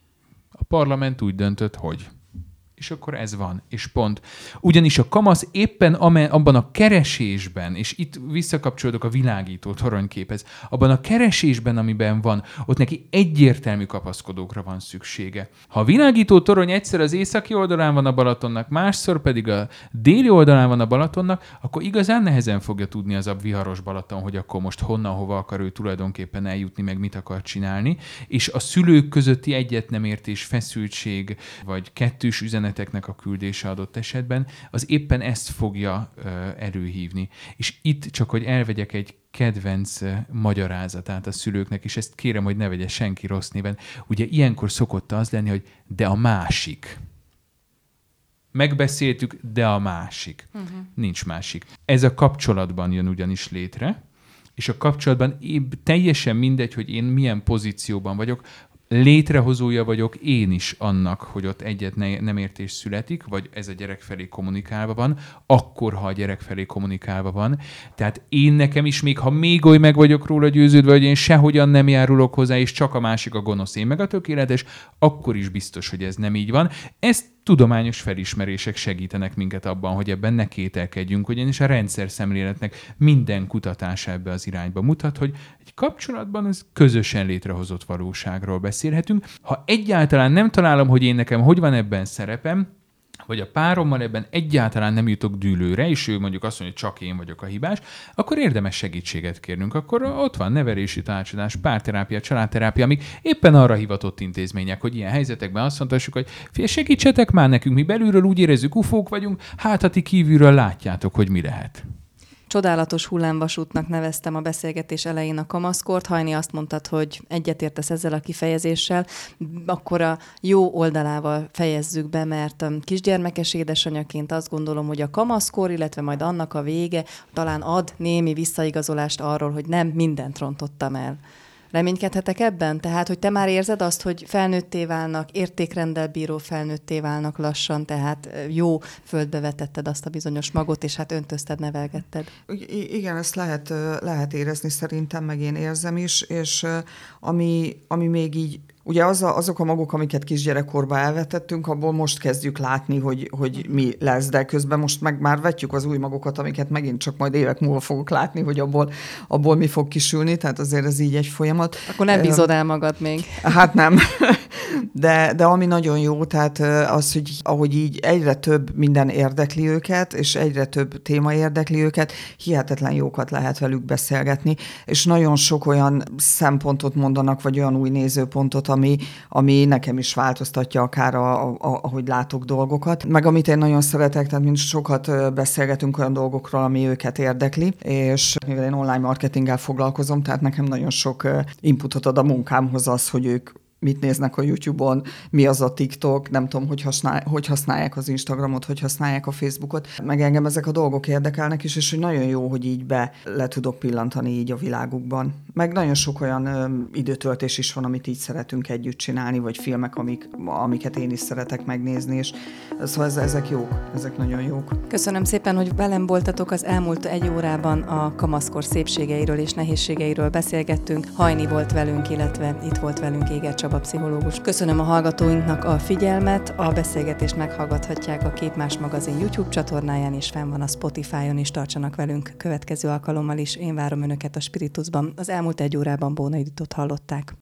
a parlament úgy döntött, hogy... És akkor ez van, és pont. Ugyanis a kamasz éppen abban a keresésben, és itt visszakapcsolódok a világító toronyképhez, abban a keresésben, amiben van, ott neki egyértelmű kapaszkodókra van szüksége. Ha a világító torony egyszer az északi oldalán van a Balatonnak, másszor pedig a déli oldalán van a Balatonnak, akkor igazán nehezen fogja tudni az a viharos Balaton, hogy akkor most honnan, hova akar ő tulajdonképpen eljutni, meg mit akar csinálni. És a szülők közötti egyetnemértés, feszültség, vagy kettős üzenet a küldése adott esetben, az éppen ezt fogja uh, előhívni. És itt csak, hogy elvegyek egy kedvenc uh, magyarázatát a szülőknek, és ezt kérem, hogy ne vegye senki rossz néven. Ugye ilyenkor szokott az lenni, hogy de a másik. Megbeszéltük, de a másik. Uh-huh. Nincs másik. Ez a kapcsolatban jön ugyanis létre, és a kapcsolatban épp teljesen mindegy, hogy én milyen pozícióban vagyok, létrehozója vagyok én is annak, hogy ott egyet ne, nem értés születik, vagy ez a gyerek felé kommunikálva van, akkor, ha a gyerek felé kommunikálva van. Tehát én nekem is, még ha még oly meg vagyok róla győződve, hogy én sehogyan nem járulok hozzá, és csak a másik a gonosz, én meg a tökéletes, akkor is biztos, hogy ez nem így van. Ezt tudományos felismerések segítenek minket abban, hogy ebben ne kételkedjünk, ugyanis a rendszer szemléletnek minden kutatása ebbe az irányba mutat, hogy egy kapcsolatban ez közösen létrehozott valóságról beszélhetünk. Ha egyáltalán nem találom, hogy én nekem hogy van ebben szerepem, vagy a párommal ebben egyáltalán nem jutok dűlőre, és ő mondjuk azt mondja, hogy csak én vagyok a hibás, akkor érdemes segítséget kérnünk. Akkor ott van nevelési tanácsadás, párterápia, családterápia, amik éppen arra hivatott intézmények, hogy ilyen helyzetekben azt mondhassuk, hogy figyelj, segítsetek már nekünk, mi belülről úgy érezzük, ufók vagyunk, hát ha ti kívülről látjátok, hogy mi lehet. Csodálatos hullámvasútnak neveztem a beszélgetés elején a kamaszkort. Hajni, azt mondtad, hogy egyetértesz ezzel a kifejezéssel, akkor a jó oldalával fejezzük be, mert kisgyermekes édesanyaként azt gondolom, hogy a kamaszkor, illetve majd annak a vége talán ad némi visszaigazolást arról, hogy nem mindent rontottam el. Reménykedhetek ebben? Tehát, hogy te már érzed azt, hogy felnőtté válnak, értékrenddel bíró felnőtté válnak lassan, tehát jó földbe vetetted azt a bizonyos magot, és hát öntözted, nevelgetted. I- igen, ezt lehet, lehet érezni szerintem, meg én érzem is, és ami, ami még így, ugye az a, azok a magok, amiket kisgyerekkorban elvetettünk, abból most kezdjük látni, hogy, hogy mi lesz, de közben most meg már vetjük az új magokat, amiket megint csak majd évek múlva fogok látni, hogy abból, abból mi fog kisülni, tehát azért ez így egy folyamat. Akkor nem bízod el magad még. Hát nem, de, de ami nagyon jó, tehát az, hogy ahogy így egyre több minden érdekli őket, és egyre több téma érdekli őket, hihetetlen jókat lehet velük beszélgetni, és nagyon sok olyan szempontot mondanak, vagy olyan új nézőpontot, ami, ami nekem is változtatja akár, a, a, ahogy látok dolgokat. Meg amit én nagyon szeretek, tehát mind sokat beszélgetünk olyan dolgokról, ami őket érdekli, és mivel én online marketinggel foglalkozom, tehát nekem nagyon sok inputot ad a munkámhoz az, hogy ők mit néznek a YouTube-on, mi az a TikTok, nem tudom, hogy, használ, hogy használják az Instagramot, hogy használják a Facebookot. Meg engem ezek a dolgok érdekelnek is, és hogy nagyon jó, hogy így be le tudok pillantani így a világukban. Meg nagyon sok olyan ö, időtöltés is van, amit így szeretünk együtt csinálni, vagy filmek, amik, amiket én is szeretek megnézni, és szóval ezek jók, ezek nagyon jók. Köszönöm szépen, hogy velem voltatok. Az elmúlt egy órában a kamaszkor szépségeiről és nehézségeiről beszélgettünk. Hajni volt velünk, illetve itt volt velünk Éger Csaba pszichológus. Köszönöm a hallgatóinknak a figyelmet, a beszélgetést meghallgathatják a Képmás magazin YouTube csatornáján, és fenn van a Spotify-on is, tartsanak velünk következő alkalommal is. Én várom Önöket a Spiritusban. Az elmúlt egy órában Bóna Juditot hallották.